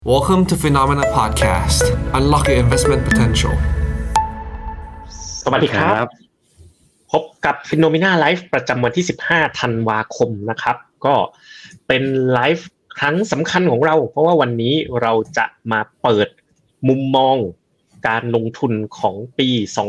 Welcome to Phenomena Podcast. Unlock your investment potential. สวัสดีครับพบกับ Phenomena Live ประจำวันที่15ธันวาคมนะครับก็เป็นไลฟ์ครั้งสำคัญของเราเพราะว่าวันนี้เราจะมาเปิดมุมมองการลงทุนของปี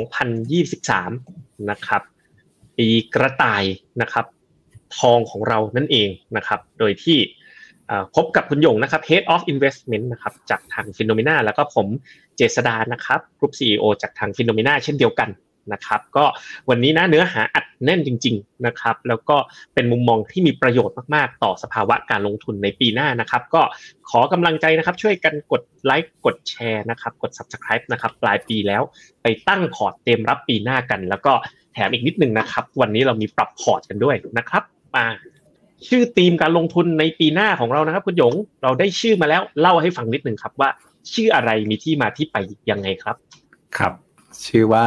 2023นะครับปีกระต่ายนะครับทองของเรานั่นเองนะครับโดยที่พบกับคุณหยงนะครับ Head of Investment นะครับจากทาง Phenomena แล้วก็ผมเจษดานะครับ Group CEO จากทาง Phenomena เช่นเดียวกันนะครับก็วันนี้นะเนื้อหาอัดแน่นจริงๆนะครับแล้วก็เป็นมุมมองที่มีประโยชน์มากๆต่อสภาวะการลงทุนในปีหน้านะครับก็ขอกำลังใจนะครับช่วยกันกดไลค์กดแชร์นะครับกด Subscribe นะครับปลายปีแล้วไปตั้งพอร์ตเตรียมรับปีหน้ากันแล้วก็แถมอีกนิดนึงนะครับวันนี้เรามีปรับพอร์ตกันด้วยนะครับมาชื่อธีมการลงทุนในปีหน้าของเรานะครับคุณหยงเราได้ชื่อมาแล้วเล่าให้ฟังนิดนึงครับว่าชื่ออะไรมีที่มาที่ไปยังไงครับครับชื่อว่า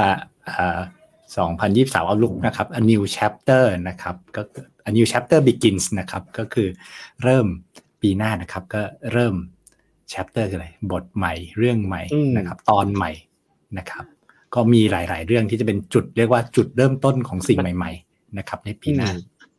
2023 Outlook นะครับ A New Chapter นะครับก็ A New Chapter Begins นะครับก็คือเริ่มปีหน้านะครับก็เริ่ม Chapter คืออะไรบทใหม่เรื่องใหม่นะครับตอนใหม่นะครับก็มีหลายๆเรื่องที่จะเป็นจุดเรียกว่าจุดเริ่มต้นของสิ่งใหม่ๆนะครับในปีหน้า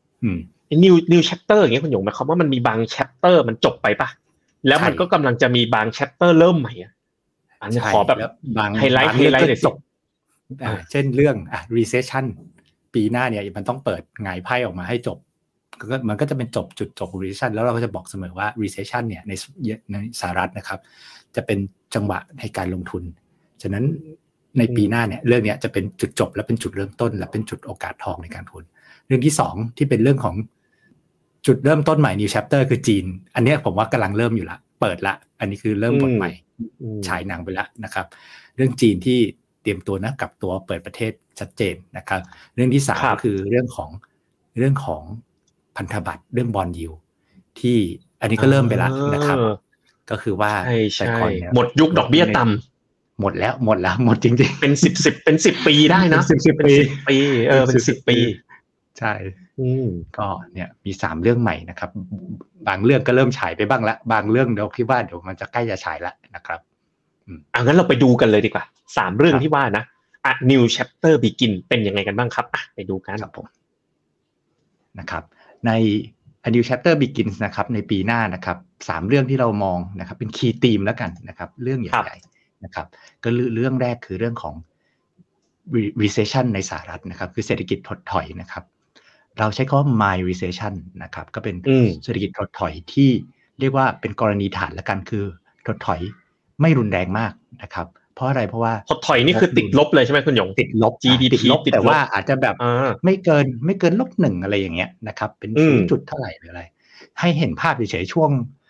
new chapter อย่างเงี้ยคุณหยงหมายความว่ามันมีบาง chapter มันจบไปป่ะแล้วมันก็กำลังจะมีบาง chapter เริ่มใหม่อ่ะอันนี้ขอแบบไฮไลท์หน่อยสิเช่นเรื่องrecession ปีหน้าเนี่ยมันต้องเปิดหงายไพ่ออกมาให้จบมันก็จะเป็นจุดจบ recession แล้วเราก็จะบอกเสมอว่า recession เนี่ยในสหรัฐนะครับจะเป็นจังหวะในการลงทุนฉะนั้นในปีหน้าเนี่ยเรื่องนี้จะเป็นจุดจบและเป็นจุดเริ่มต้นและเป็นจุดโอกาสทองในการทุนเรื่องที่2ที่เป็นเรื่องของจุดเริ่มต้นใหม่ new chapter คือจีนอันนี้ผมว่ากำลังเริ่มอยู่ละเปิดละอันนี้คือเริ่มบทใหม่ฉายหนังไปละนะครับเรื่องจีนที่เตรียมตัวนะกับตัวเปิดประเทศชัดเจนนะครับเรื่องที่3ก็คือเรื่องของพันธบัตรเรื่องบอนด์ยิลด์ที่อันนี้ก็เริ่มไปละนะครับก็คือว่าแต่ก่อนหมดยุคดอกเบี้ยต่ำหมดจริงๆเป็น10ปีได้นะ10ปีเป็น10ปีใช่ก็เนี่ยมี3เรื่องใหม่นะครับบางเรื่องก็เริ่มฉายไปบ้างละบางเรื่องเดี๋ยวคิดว่าเดี๋ยวมันจะใกล้จะฉายละนะครับงั้นเราไปดูกันเลยดีกว่า3เรื่องที่ว่านะNew Chapter Begin เป็นยังไงกันบ้างครับไปดูกันครับผมนะครับใน A New Chapter Begins นะครับในปีหน้านะครับ3เรื่องที่เรามองนะครับเป็น key theme แล้วกันนะครับเรื่องใหญ่ๆนะครับก็เรื่องแรกคือเรื่องของ recession ในสหรัฐนะครับคือเศรษฐกิจถดถอยนะครับเราใช้คำว่า mild recession นะครับก็เป็นเศรษฐกิจถดถอยที่เรียกว่าเป็นกรณีฐานละกันคือถดถอยไม่รุนแรงมากนะครับเพราะอะไรเพราะว่าถดถอยนี่คือติดลบเลยใช่ไหมคุณหยงติดลบ GDP ติดลบแต่ว่าอาจจะแบบไม่เกิน-1อะไรอย่างเงี้ยนะครับเป็น0จุดเท่าไหร่หรืออะไรให้เห็นภาพเฉยๆช่วง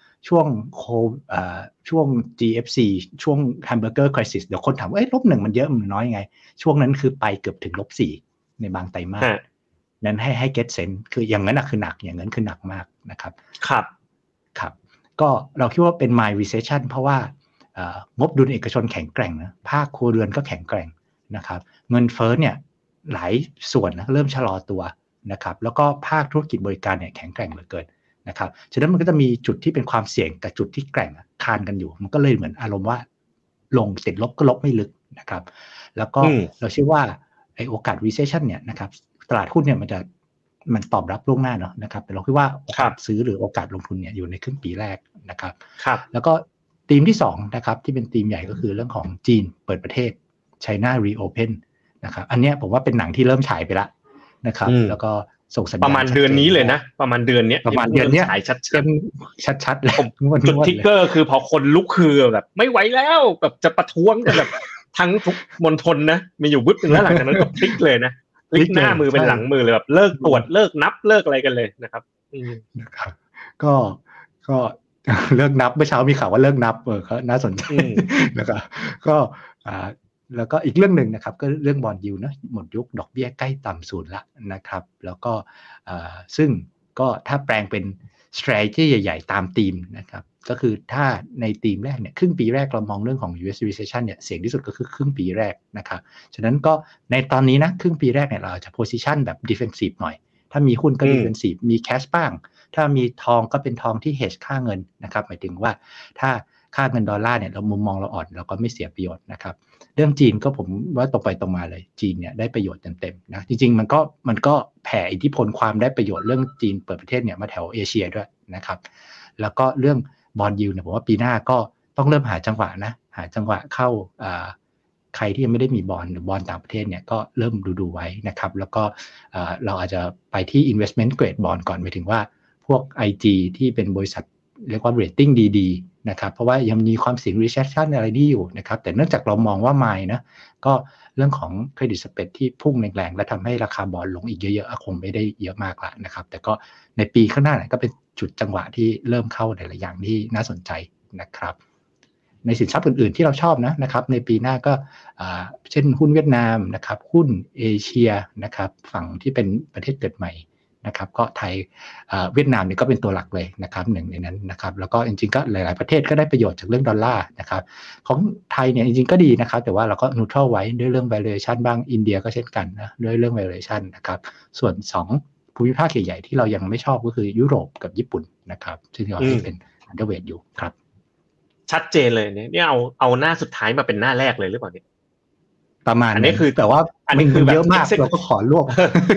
GFC ช่วง Hamburger Crisis เดี๋ยวคนถามว่า-1มันเยอะมันน้อยยังไงช่วงนั้นคือไปเกือบถึง-4ในบางไตรมาสนั้นให้ get sense คืออย่างนั้นคือหนักอย่างนั้นคือหนักมากนะครับครับก็เราคิดว่าเป็น mild recession เพราะว่างบดุลเอกชนแข็งแกร่งนะภาคครัวเรือนก็แข็งแกร่งนะครับเงินเฟ้อเนี่ยหลายส่วนนะเริ่มชะลอตัวนะครับแล้วก็ภาคธุรกิจบริการเนี่ยแข็งแกร่งเหลือเกินนะครับฉะนั้นมันก็จะมีจุดที่เป็นความเสี่ยงกับจุดที่แกร่งคานกันอยู่มันก็เลยเหมือนอารมณ์ว่าลงติดลบก็ลบไม่ลึกนะครับแล้วก็เราเชื่อว่าไอ้โอกาส recession เนี่ยนะครับตลาดหุ้นเนี่ยมันตอบรับล่วงหน้าเนาะนะครับแต่เราคิดว่าโอกาสซื้อหรือโอกาสลงทุนเนี่ยอยู่ในครึ่งปีแรกนะครับแล้วก็ธีมที่2นะครับที่เป็นธีมใหญ่ก็คือเรื่องของจีนเปิดประเทศ China Reopen นะครับอันนี้ผมว่าเป็นหนังที่เริ่มฉายไปแล้วนะครับแล้วก็ส่งสัญญาณประมาณเดือนนี้เลยนะประมาณเดือนนี้ฉายชัดๆแล้วจุดทิกเกอร์คือพอคนลุกคือแบบไม่ไหวแล้วแบบจะประท้วงกันแบบทั้งทุกมณฑลนะมีอยู่บึ้ดนึงแล้วหลังจากนั้นก็พลิกเลยนะพลิกหน้ามือเป็นหลังมือเลยแบบเลิกตรวจเลิกนับเลิกอะไรกันเลยนะครับก็เลิกนับเมื่อเช้ามีข่าวว่าเลิกนับเขาน่าสนใจนะครับก็แล้วก็อีกเรื่องหนึ่งนะครับก็เรื่องบอนด์ยิลด์นะหมดยุคดอกเบี้ยใกล้ต่ำศูนย์ละนะครับแล้วก็ซึ่งก็ถ้าแปลงเป็น strategy ใหญ่ๆตามธีมนะครับก็คือถ้าในธีมแรกเนี่ยครึ่งปีแรกเรามองเรื่องของ US recession เนี่ยเสี่ยงที่สุดก็คือครึ่งปีแรกนะครับฉะนั้นก็ในตอนนี้นะครึ่งปีแรกเนี่ยเราจะ position แบบ defensive หน่อยถ้ามีหุ้นก็ defensive มี cash บ้างถ้ามีทองก็เป็นทองที่ hedge ค่าเงินนะครับหมายถึงว่าถ้าค่าเงินดอลลาร์เนี่ยเรามุมมองเราอ่อนเราก็ไม่เสียประโยชน์นะครับเรื่องจีนก็ผมว่าตรงไปตรงมาเลยจีนเนี่ยได้ประโยชน์เต็มๆนะจริงๆมันก็แผ่อิทธิพลความได้ประโยชน์เรื่องจีนเปิดประเทศเนี่ยมาแถวเอเชียด้วยนะครับแล้วก็เรื่องบอนด์ยิลด์เนี่ยผมว่าปีหน้าก็ต้องเริ่มหาจังหวะเข้าใครที่ยังไม่ได้มีบอนด์หรือบอนด์ต่างประเทศเนี่ยก็เริ่มดูไว้นะครับแล้วก็เราอาจจะไปที่ investment grade bond ก่อนไปถึงว่าพวก IG ที่เป็นบริษัทเรียกว่า rating ดีๆนะครับเพราะว่ายังมีความเสี่ยง recession อะไรนี่อยู่นะครับแต่เนื่องจากเรามองว่าไม่นะก็เรื่องของ credit spread ที่พุ่งแรงๆและทำให้ราคาบอนด์ลงอีกเยอะๆคงไม่ได้เยอะมากละนะครับแต่ก็ในปีข้างหน้าก็เป็นจุดจังหวะที่เริ่มเข้าหลายๆอย่างที่น่าสนใจนะครับในสินทรัพย์อื่นๆที่เราชอบนะครับในปีหน้าก็เช่นหุ้นเวียดนามนะครับหุ้นเอเชียนะครับฝั่งที่เป็นประเทศเกิดใหม่นะครับก็ไทยเวียดนามนี่ก็เป็นตัวหลักเลยนะครับหนึ่งในนั้นนะครับแล้วก็จริงๆก็หลายๆประเทศก็ได้ประโยชน์จากเรื่องดอลลาร์นะครับของไทยเนี่ยจริงๆก็ดีนะครับแต่ว่าเราก็นิวทรัลไว้ด้วยเรื่อง valuation บ้างอินเดียก็เช่นกันนะด้วยเรื่อง valuation นะครับส่วน2ภูมิภาคใหญ่ๆที่เรายังไม่ชอบก็คือยุโรปกับญี่ปุ่นนะครับซึ่งเราให้เป็น underweight อยู่ครับชัดเจนเลยเนี่ยเอาหน้าสุดท้ายมาเป็นหน้าแรกเลยหรือเปล่าเนี่ยประมาณอันนี้คือแต่ว่าอันนี้คือแบบเยอะมากเราก็ขอรวบ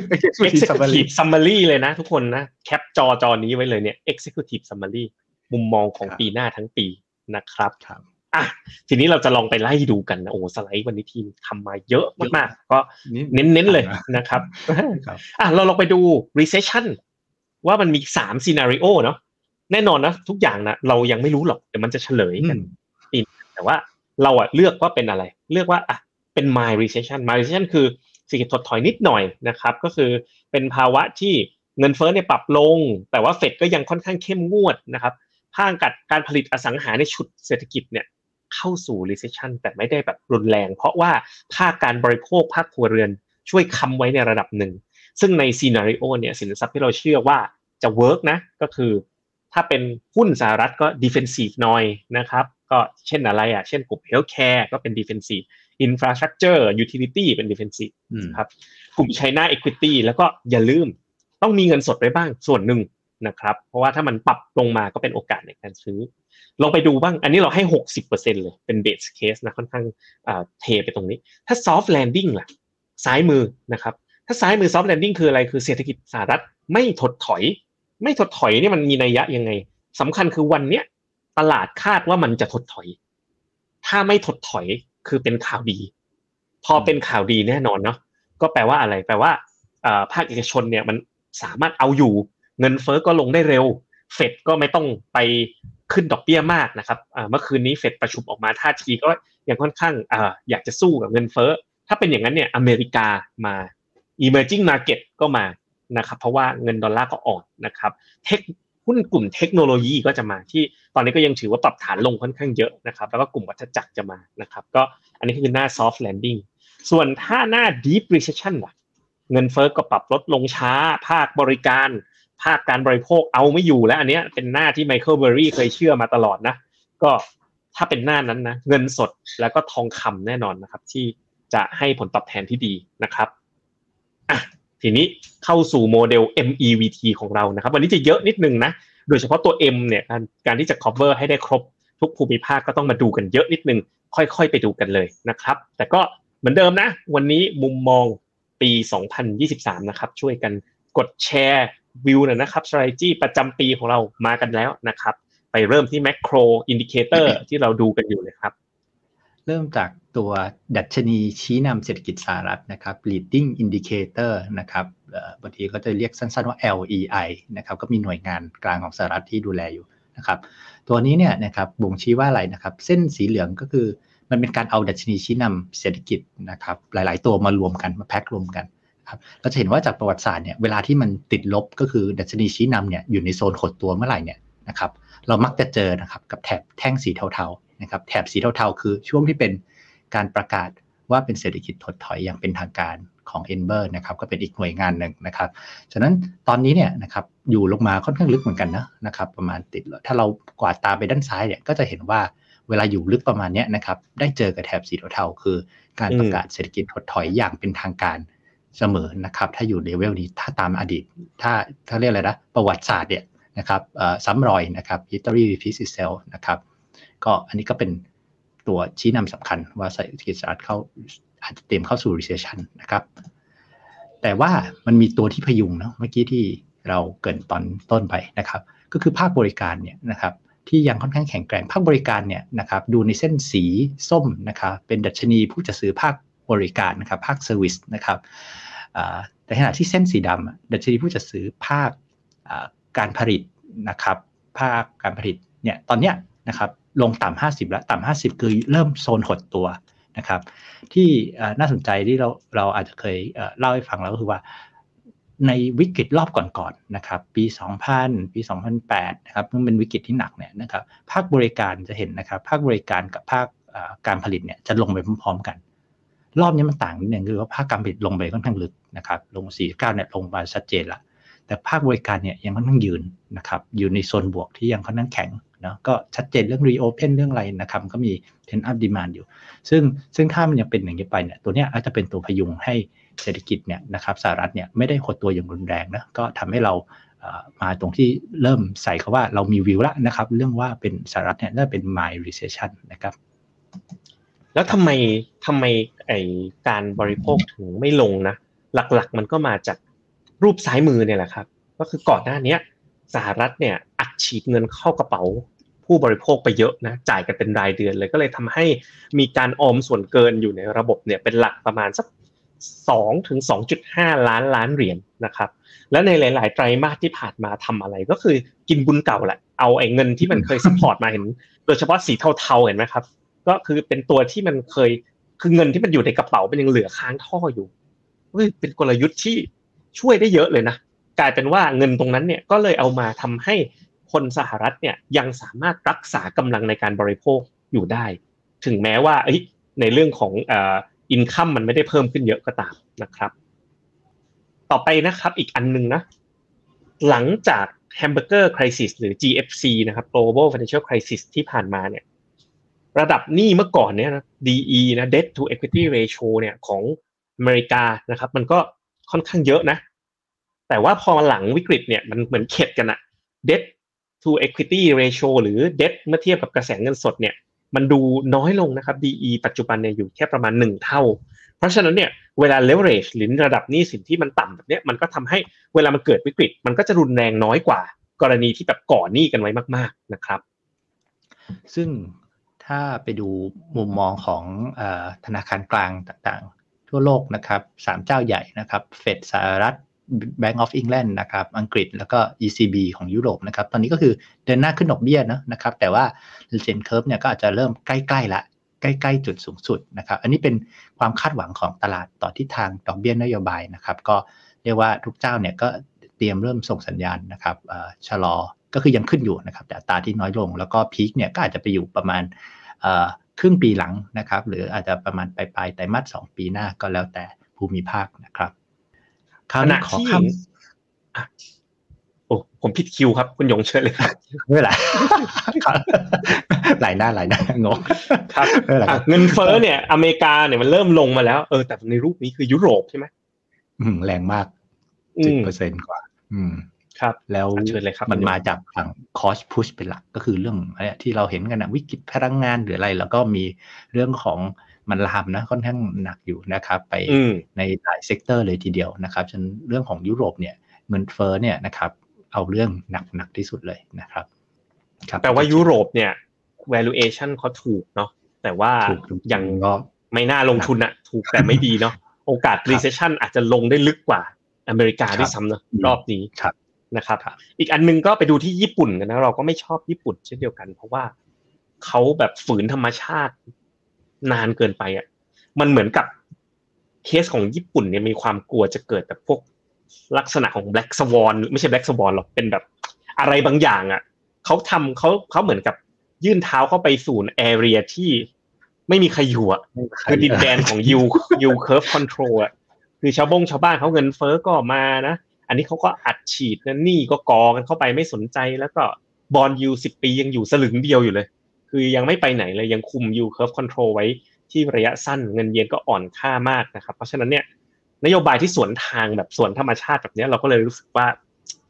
executive summary เลยนะทุกคนนะแคปจอนี้ไว้เลยเนี่ย executive summary มุมมองของปีหน้าทั้งปีนะครับอ่ะทีนี้เราจะลองไปไล่ดูกันนะโอ้สไลด์วันนี้ทีมทำมาเยอะมากๆก็เน้นๆเลยนะครับอ่ะเราลองไปดู recession ว่ามันมี3 scenario เนาะแน่นอนนะทุกอย่างนะเรายังไม่รู้หรอกเดี๋ยวมันจะเฉลยกันแต่ว่าเราเลือกว่าเป็นอะไรเลือกว่าเป็น mild recession คือเศรษฐกิจถดถอยนิดหน่อยนะครับก็คือเป็นภาวะที่เงินเฟ้อเนี่ยปรับลงแต่ว่าเฟดก็ยังค่อนข้างเข้มงวดนะครับภาคการผลิตอสังหาในชุดเศรษฐกิจเนี่ยเข้าสู่ recession แต่ไม่ได้แบบรุนแรงเพราะว่าภาคการบริโภคภาคครัวเรือนช่วยค้ำไว้ในระดับหนึ่งซึ่งใน scenario เนี่ยสินทรัพย์ที่เราเชื่อว่าจะ work นะก็คือถ้าเป็นหุ้นสหรัฐก็ defensive หน่อยนะครับก็เช่นอะไรเช่นกลุ่ม healthcare ก็เป็น defensive infrastructure utility เป็น defensive ครับกลุ่ม China equity แล้วก็อย่าลืมต้องมีเงินสดไว้บ้างส่วนหนึ่งนะครับเพราะว่าถ้ามันปรับลงมาก็เป็นโอกาสในการซื้อลองไปดูบ้างอันนี้เราให้ 60% เลยเป็น base case นะค่อนข้างเทไปตรงนี้ถ้า soft landing ล่ะซ้ายมือนะครับถ้าซ้ายมือ soft landing คืออะไรคือเศรษฐกิจสหรัฐไม่ถดถอยนี่มันมีนัยยะยังไงสำคัญคือวันเนี้ยตลาดคาดว่ามันจะถดถอยถ้าไม่ถดถอยคือเป็นข่าวดีพอเป็นข่าวดีแน่นอนเนาะก็แปลว่าอะไรแปลว่าภาคเอกชนเนี่ยมันสามารถเอาอยู่เงินเฟ้อก็ลงได้เร็วเฟดก็ไม่ต้องไปขึ้นดอกเบี้ยมากนะครับเมื่อคืนนี้เฟดประชุมออกมาท่าทีก็ยังค่อนข้างอยากจะสู้กับเงินเฟ้อถ้าเป็นอย่างนั้นเนี่ยอเมริกามา emerging market ก็มานะครับเพราะว่าเงินดอลลาร์ก็อ่อนนะครับหุ้นกลุ่มเทคโนโลยีก็จะมาที่ตอนนี้ก็ยังถือว่าปรับฐานลงค่อนข้างเยอะนะครับแล้วก็กลุ่มวัฏจักรจะมานะครับก็อันนี้คือหน้า soft landing ส่วนถ้าหน้า deep recession ล่ะเงินเฟ้อก็ปรับลดลงช้าภาคบริการภาคการบริโภคเอาไม่อยู่แล้วอันนี้เป็นหน้าที่ไมเคิลเบอร์รี่เคยเชื่อมาตลอดนะก็ถ้าเป็นหน้านั้นนะเงินสดแล้วก็ทองคำแน่นอนนะครับที่จะให้ผลตอบแทนที่ดีนะครับทีนี้เข้าสู่โมเดล MEVT ของเรานะครับวันนี้จะเยอะนิดนึงนะโดยเฉพาะตัว M เนี่ยการที่จะ cover ให้ได้ครบทุกภูมิภาคก็ต้องมาดูกันเยอะนิดนึงค่อยๆไปดูกันเลยนะครับแต่ก็เหมือนเดิมนะวันนี้มุมมองปี 2023 นะครับช่วยกันกดแชร์วิวนะครับ strategy ประจำปีของเรามากันแล้วนะครับไปเริ่มที่ macro indicator ที่เราดูกันอยู่เลยครับเริ่มจากตัวดัชนีชี้นำเศรษฐกิจสหรัฐนะครับ leading indicator นะครับบางทีก็จะเรียกสั้นๆว่า LEI นะครับก็มีหน่วยงานกลางของสหรัฐที่ดูแลอยู่นะครับตัวนี้เนี่ยนะครับบ่งชี้ว่าอะไรนะครับเส้นสีเหลืองก็คือมันเป็นการเอาดัชนีชี้นำเศรษฐกิจนะครับหลายๆตัวมารวมกันมาแพ็ครวมกันครับเราจะเห็นว่าจากประวัติศาสตร์เนี่ยเวลาที่มันติดลบก็คือดัชนีชี้นำเนี่ยอยู่ในโซนหดตัวเมื่อไหร่เนี่ยนะครับเรามักจะเจอนะครับกับแถบแท่งสีเทาๆนะครับแถบสีเทาๆคือช่วงที่เป็นการประกาศว่าเป็นเศรษฐกิจถดถอยอย่างเป็นทางการของ Enber นะครับก็เป็นอีกหน่วยงานหนึ่งนะครับฉะนั้นตอนนี้เนี่ยนะครับอยู่ลงมาค่อนข้างลึกเหมือนกันนะครับประมาณติดถ้าเรากวาดตาไปด้านซ้ายเนี่ยก็จะเห็นว่าเวลาอยู่ลึกประมาณนี้นะครับได้เจอกับแถบสีเทาๆคือการประกาศเศรษฐกิจถดถอยอย่างเป็นทางการเสมอนะครับถ้าอยู่เลเวลนี้ถ้าตามอดีตถ้าเรียกอะไรนะประวัติศาสตร์เนี่ยนะครับซ้ำรอยนะครับ history repeats itself นะครับก็อันนี้ก็เป็นตัวชี้นำสำคัญว่าเศรษฐกิจสหรัฐอาจจะเตรียมเข้าสู่ recession นะครับแต่ว่ามันมีตัวที่พยุงเนาะเมื่อกี้ที่เราเกริ่นตอนต้นไปนะครับก็คือภาคบริการเนี่ยนะครับที่ยังค่อนข้างแข็งแกร่งภาคบริการเนี่ยนะครับดูในเส้นสีส้มนะครับเป็นดัชนีผู้จัดซื้อภาคบริการนะครับภาคเซอร์วิสนะครับแต่ขณะที่เส้นสีดำดัชนีผู้จัดซื้อภาคการผลิตนะครับภาคการผลิตเนี่ยตอนเนี้ยนะครับลงต่ำ50แล้วต่ำ50คือเริ่มโซนหดตัวนะครับที่น่าสนใจที่เราอาจจะเคยเล่าให้ฟังแล้วก็คือว่าในวิกฤตรอบก่อนๆนะครับปี2000ปี2008นะครับเพิ่งเป็นวิกฤตที่หนักเนี่ยนะครับภาคบริการจะเห็นนะครับภาคบริการกับภาคการผลิตเนี่ยจะลงไปพร้อมๆกันรอบนี้มันต่างนิดนึงคือว่าภาคการผลิตลงไปค่อนข้างลึกนะครับลง49เนี่ยลงมาชัดเจนละแต่ภาคบริการเนี่ยยังค่อนข้างยืนนะครับอยู่ในโซนบวกที่ยังค่อนข้างแข็งเนาะก็ชัดเจนเรื่อง reopen เรื่องอะไรนะครับก็มี pent up demand อยู่ซึ่งถ้ามันยังเป็นอย่างนี้ไปเนี่ยตัวเนี้ยอาจจะเป็นตัวพยุงให้เศรษฐกิจเนี่ยนะครับสหรัฐเนี่ยไม่ได้หดตัวอย่างรุนแรงนะก็ทำให้เรามาตรงที่เริ่มใส่เขาว่าเรามีวิวแล้วนะครับเรื่องว่าเป็นสหรัฐเนี่ยน่าเป็น mild recession นะครับแล้วทำไมไอการบริโภคถึงไม่ลงนะหลักๆมันก็มาจากรูปซ้ายมือเนี่ยแหละครับก็คือก่อนหน้านี้สหรัฐเนี่ยอัดฉีดเงินเข้ากระเป๋าผู้บริโภคไปเยอะนะจ่ายกันเป็นรายเดือนเลยก็เลยทำให้มีการออมส่วนเกินอยู่ในระบบเนี่ยเป็นหลักประมาณสัก2 ถึง 2.5 ล้านเหรียญนะครับและในหลายๆไตรมาสที่ผ่านมาทำอะไรก็คือกินบุญเก่าแหละเอาไอ้เงินที่มันเคยซัพพอร์ตมาเห็นโดยเฉพาะสีเทาๆเห็นไหมครับก็คือเป็นตัวที่มันเคยคือเงินที่มันอยู่ในกระเป๋ามันยังเหลือค้างท่ออยู่เป็นกลยุทธ์ที่ช่วยได้เยอะเลยนะกลายเป็นว่าเงินตรงนั้นเนี่ยก็เลยเอามาทำให้คนสหรัฐเนี่ยยังสามารถรักษากำลังในการบริโภคอยู่ได้ถึงแม้ว่าในเรื่องของอินคัมมันไม่ได้เพิ่มขึ้นเยอะก็ตามนะครับต่อไปนะครับอีกอันนึงนะหลังจาก Hamburger Crisis หรือ GFC นะครับ Global Financial Crisis ที่ผ่านมาเนี่ยระดับหนี้เมื่อก่อนเนี่ยนะ DE นะ Debt to Equity Ratio เนี่ยของอเมริกานะครับมันก็ค่อนข้างเยอะนะแต่ว่าพอหลังวิกฤตเนี่ยมันเหมือนเข็ดกันอะ Debt to Equity Ratio หรือ Debt เมื่อเทียบกับกระแสเงินสดเนี่ยมันดูน้อยลงนะครับ DE ปัจจุบันเนี่ยอยู่แค่ประมาณ1เท่าเพราะฉะนั้นเนี่ยเวลา leverage หรือระดับหนี้สินที่มันต่ำแบบเนี้ยมันก็ทำให้เวลามันเกิดวิกฤตมันก็จะรุนแรงน้อยกว่ากรณีที่แบบก่อหนี้กันไว้มากๆนะครับซึ่งถ้าไปดูมุมมองของธนาคารกลางต่างๆทั่วโลกนะครับ3เจ้าใหญ่นะครับเฟดสหรัฐ Bank of England นะครับอังกฤษแล้วก็ ECB ของยุโรปนะครับตอนนี้ก็คือเดินหน้าขึ้นดอกเบี้ยนะครับแต่ว่า Yield Curve เนี่ยก็อาจจะเริ่มใกล้ๆละใกล้ๆจุดสูงสุดนะครับอันนี้เป็นความคาดหวังของตลาดต่อทิศทางดอกเบี้ยนโยบายนะครับก็เรียกว่าทุกเจ้าเนี่ยก็เตรียมเริ่มส่งสัญญาณนะครับชะลอก็คือยังขึ้นอยู่นะครับแต่อัตราที่น้อยลงแล้วก็พีคเนี่ยก็อาจจะไปอยู่ประมาณครึ่งปีหลังนะครับหรืออาจจะประมาณปลายไตรมาส2ปีหน้าก็แล้วแต่ภูมิภาคนะครับคราวนี้ขอคำโอ้ผมผิดคิวครับคุณยงเชิญเลยครับไม่เป็นไรหลายหน้างงครับเงินเฟ้อเนี่ยอเมริกาเนี่ยมันเริ่มลงมาแล้วแต่ในรูปนี้คือยุโรปใช่ไหมแรงมาก 10% กว่าครับแล้วมันมาจากฝั่ง cost push เป็นหลักก็คือเรื่องที่เราเห็นกันนะวิกฤตพลังงานหรืออะไรแล้วก็มีเรื่องของมันลามนะค่อนข้างหนักอยู่นะครับไปในหลายเซกเตอร์เลยทีเดียวนะครับจนเรื่องของยุโรปเนี่ยเงินเฟ้อเนี่ยนะครับเอาเรื่องหนักที่สุดเลยนะครับแต่ว่ายุโรปเนี่ย valuation เขาถูกเนาะแต่ว่ายังไม่น่าลงทุนอะถูกแต่ไม่ดีเนาะโอกาส recession อาจจะลงได้ลึกกว่าอเมริกาด้วยซ้ำนะรอบนี้นะครับอีกอันนึงก็ไปดูที่ญี่ปุ่นกันนะเราก็ไม่ชอบญี่ปุ่นเช่นเดียวกันเพราะว่าเขาแบบฝืนธรรมชาตินานเกินไปอ่ะมันเหมือนกับเคสของญี่ปุ่นเนี่ยมีความกลัวจะเกิดแบบพวกลักษณะของ Black Swan ไม่ใช่ Black Swan หรอกเป็นแบบอะไรบางอย่างอ่ะเขาเหมือนกับยื่นเท้าเข้าไปสู่แอเรียที่ไม่มีใครอยู่อ่ะคือดินแดนของ yield curve control อ่ะคือชาวบ้านเขาเงินเฟ้อก็มานะอันนี้เขาก็อัดฉีดนะหนี้ก็กอกันเข้าไปไม่สนใจแล้วก็บอนด์ยิลด์10 ปียังอยู่สลึงเดียวอยู่เลยคือยังไม่ไปไหนเลยยังคุม yield curve control ไว้ที่ระยะสั้นเงินเยนก็อ่อนค่ามากนะครับเพราะฉะนั้นเนี่ยนโยบายที่สวนทางแบบสวนธรรมชาติแบบนี้เราก็เลยรู้สึกว่า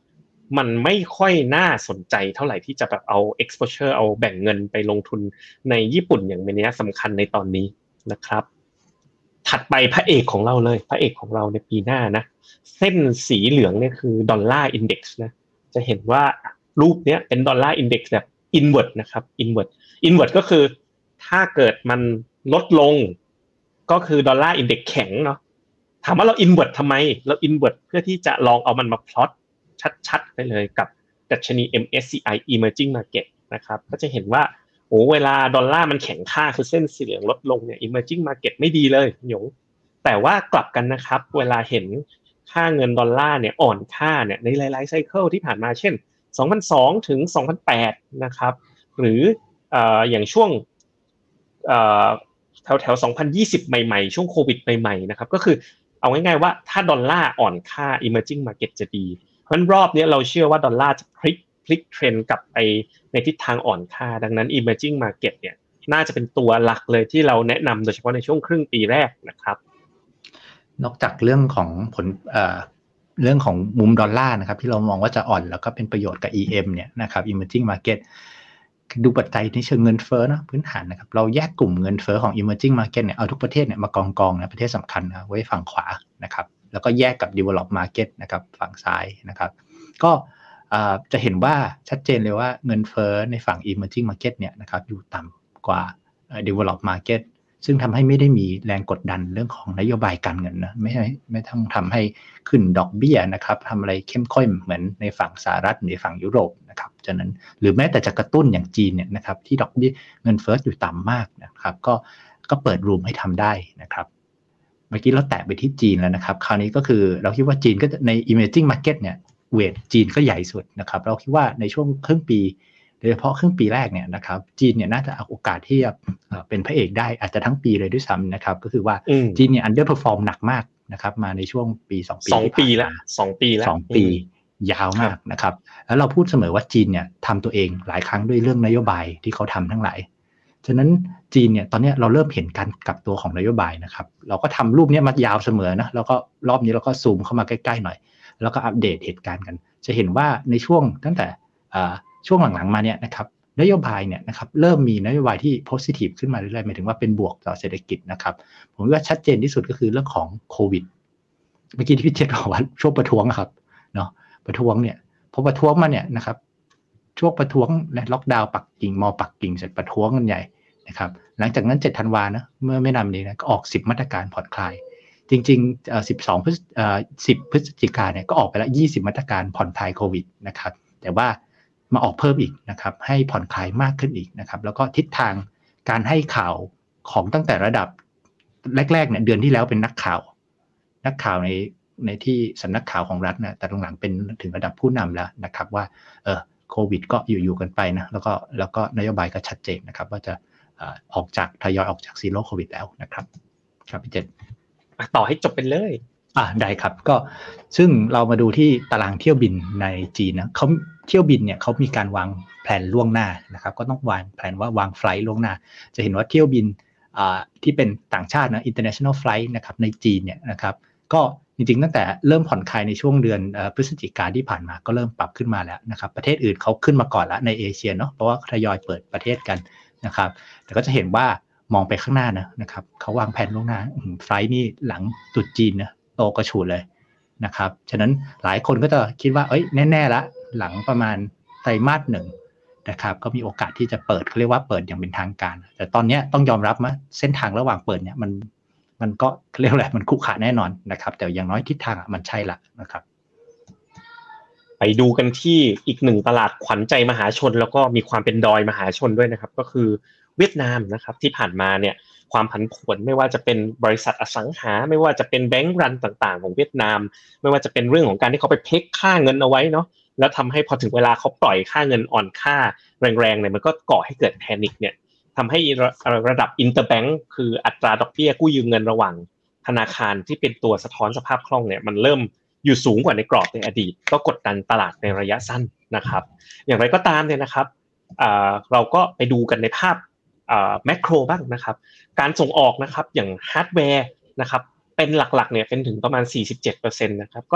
มันไม่ค่อยน่าสนใจเท่าไหร่ที่จะแบบเอา exposure เอาแบ่งเงินไปลงทุนในญี่ปุ่นอย่างเป็นนัยสำคัญในตอนนี้นะครับถัดไปพระเอกของเราเลยพระเอกของเราในปีหน้านะเส้นสีเหลืองเนี่ยคือดอลลาร์อินเด็กซ์นะจะเห็นว่ารูปเนี้ยเป็นดอลลาร์อินเด็กซ์แบบ inward นะครับ inward ก็คือถ้าเกิดมันลดลงก็คือดอลลาร์อินเด็กซ์แข็งเนาะถามว่าเรา inward ทำไมเรา inward เพื่อที่จะลองเอามันมาพลอตชัดๆไปเลยกับดัชนี MSCI Emerging Market นะครับก็จะเห็นว่าเวลาดอลลาร์มันแข็งค่าคือเส้นสีเหลืองลดลงเนี่ย Emerging Market ไม่ดีเลยหยงแต่ว่ากลับกันนะครับเวลาเห็นค่าเงินดอลลาร์เนี่ยอ่อนค่าเนี่ยในหลายๆไซเคิลที่ผ่านมาเช่น2002ถึง2008นะครับหรืออย่างช่วงแถว2020ใหม่ๆช่วงโควิดใหม่ๆนะครับก็คือเอาง่ายๆว่าถ้าดอลลาร์อ่อนค่า Emerging Market จะดีเพราะฉะนั้นรอบนี้เราเชื่อว่าดอลลาร์จะพลิกเทรนด์กลับไปในทิศทางอ่อนค่าดังนั้น Emerging Market เนี่ยน่าจะเป็นตัวหลักเลยที่เราแนะนำโดยเฉพาะในช่วงครึ่งปีแรกนะครับนอกจากเรื่องของเรื่องของมุมดอลลาร์นะครับที่เรามองว่าจะอ่อนแล้วก็เป็นประโยชน์กับ EM เนี่ยนะครับ Emerging Market ดูปัจจัยในเชิงเงินเฟ้อนะพื้นฐานนะครับเราแยกกลุ่มเงินเฟ้อของ Emerging Market เนี่ยเอาทุกประเทศเนี่ยมากองๆนะประเทศสำคัญนะไว้ฝั่งขวานะครับแล้วก็แยกกับ Develop Market นะครับฝั่งซ้ายนะครับก็จะเห็นว่าชัดเจนเลยว่าเงินเฟ้อในฝั่ง Emerging Market เนี่ยนะครับอยู่ต่ำกว่า Develop Market ซึ่งทำให้ไม่ได้มีแรงกดดันเรื่องของนโยบายการเงินนะไม่ต้องทำให้ขึ้นดอกเบี้ยนะครับทำอะไรเข้มข้นเหมือนในฝั่งสหรัฐหรือฝั่งยุโรปนะครับฉะนั้นหรือแม้แต่จะกระตุ้นอย่างจีนเนี่ยนะครับที่ดอกเบี้ยเงินเฟ้ออยู่ต่ำมากนะครับก็เปิดรูมให้ทำได้นะครับเมื่อกี้เราแตะไปที่จีนแล้วนะครับคราวนี้ก็คือเราคิดว่าจีนก็ใน emerging market เนี่ยเวทจีนก็ใหญ่สุดนะครับเราคิดว่าในช่วงครึ่งปีโดยเฉพาะครึ่งปีแรกเนี่ยนะครับจีนเนี่ยน่าจะเอาโอกาสที่จะเป็นพระเอกได้อาจจะทั้งปีเลยด้วยซ้ำนะครับก็คือว่าจีนเนี่ย underperform หนักมากนะครับมาในช่วงปี2ปีแล้ว2ปียาวมากนะครับแล้วเราพูดเสมอว่าจีนเนี่ยทำตัวเองหลายครั้งด้วยเรื่องนโยบายที่เขาทำทั้งหลายฉะนั้นจีนเนี่ยตอนนี้เราเริ่มเห็นการกลับตัวของนโยบายนะครับเราก็ทำรูปนี้มายาวเสมอนะแล้วก็รอบนี้เราก็ซูมเข้ามาใกล้ๆหน่อยแล้วก็อัปเดตเหตุการณ์กันจะเห็นว่าในช่วงตั้งแต่ช่วงหลังๆมาเนี่ยนะครับนโยบายเนี่ยนะครับเริ่มมีนโยบายที่ positive ขึ้นมาเรื่อยๆหมายถึงว่าเป็นบวกต่อเศรษฐกิจนะครับผมว่าชัดเจนที่สุดก็คือเรื่องของโควิดเมื่อกี้ที่พี่เจษบอกว่าช่วงประท้วงครับเนาะประท้วงเนี่ยพอประท้วงมาเนี่ยนะครับช่วงประท้วงและล็อกดาวน์ปักกิ่งมอปักกิ่งเสร็จประท้วงกันใหญ่นะครับหลังจากนั้น7ธันวานะเมื่อไม่นานนี้นะก็ออก10มาตรการผ่อนคลายจริงๆ10พฤศจิกายนเนี่ยก็ออกไปแล้ว20มาตรการผ่อนคลายโควิดนะครับแต่ว่ามาออกเพิ่มอีกนะครับให้ผ่อนคลายมากขึ้นอีกนะครับแล้วก็ทิศทางการให้ข่าวของตั้งแต่ระดับแรกๆเนี่ยเดือนที่แล้วเป็นนักข่าวในที่สำนักข่าวของรัฐนะแต่หลังๆเป็นถึงระดับผู้นำแล้วนะครับว่าโควิดก็อยู่กันไปนะแล้วก็นโยบายก็ชัดเจนนะครับว่าจะทยอยออกจากซีโร่โควิดแล้วนะครับครับพี่เจษต่อให้จบเป็นเลยได้ครับก็ซึ่งเรามาดูที่ตารางเที่ยวบินในจีนนะเขาเที่ยวบินเนี่ยเขามีการวางแผนล่วงหน้านะครับก็ต้องวางแผนว่าวางไฟล์ล่วงหน้าจะเห็นว่าเที่ยวบินที่เป็นต่างชาตินะ international flight นะครับในจีนเนี่ยนะครับก็จริงๆตั้งแต่เริ่มผ่อนคลายในช่วงเดือนพฤศจิกายนที่ผ่านมาก็เริ่มปรับขึ้นมาแล้วนะครับประเทศอื่นเขาขึ้นมาก่อนแล้วในเอเชียเนาะเพราะว่าทยอยเปิดประเทศกันนะครับแต่ก็จะเห็นว่ามองไปข้างหน้านะครับเขาวางแผนล่วงหน้าไฟล์นี่หลังตรุษจีนนะโตกระฉูดเลยนะครับฉะนั้นหลายคนก็จะคิดว่าแน่ๆละหลังประมาณไตรมาส1นะครับก็มีโอกาสที่จะเปิดเขาเรียกว่าเปิดอย่างเป็นทางการแต่ตอนนี้ต้องยอมรับว่าเส้นทางระหว่างเปิดเนี่ยมันก็เรียกอะไรมันคุกคะแน่นอนนะครับแต่อย่างน้อยทิศทางมันใช่ละนะครับไปดูกันที่อีกหนึ่งตลาดขวัญใจมหาชนแล้วก็มีความเป็นดอยมหาชนด้วยนะครับก็คือเวียดนามนะครับที่ผ่านมาเนี่ยความผันผวนไม่ว่าจะเป็นบริษัทอสังหาไม่ว่าจะเป็นแบงก์รันต่างๆของเวียดนามไม่ว่าจะเป็นเรื่องของการที่เขาไปเพกค่าเงินเอาไว้เนาะแล้วทำให้พอถึงเวลาเขาปล่อยค่าเงินอ่อนค่าแรงๆเนี่ยมันก็ก่อให้เกิดแพนิคเนี่ยทำให้ระดับอินเตอร์แบงก์คืออัตราดอกเบี้ยกู้ยืมเงินระหว่างธนาคารที่เป็นตัวสะท้อนสภาพคล่องเนี่ยมันเริ่มอยู่สูงกว่าในกรอบในอดีตก็กดดันตลาดในระยะสั้นนะครับอย่างไรก็ตามเนี่ยนะครับเราก็ไปดูกันในภาพแมคโครบ้างนะครับการส่งออกนะครับอย่างฮาร์ดแวร์นะครับเป็นหลักๆเนี่ยเป็นถึงประมาณ 47% นะครับก็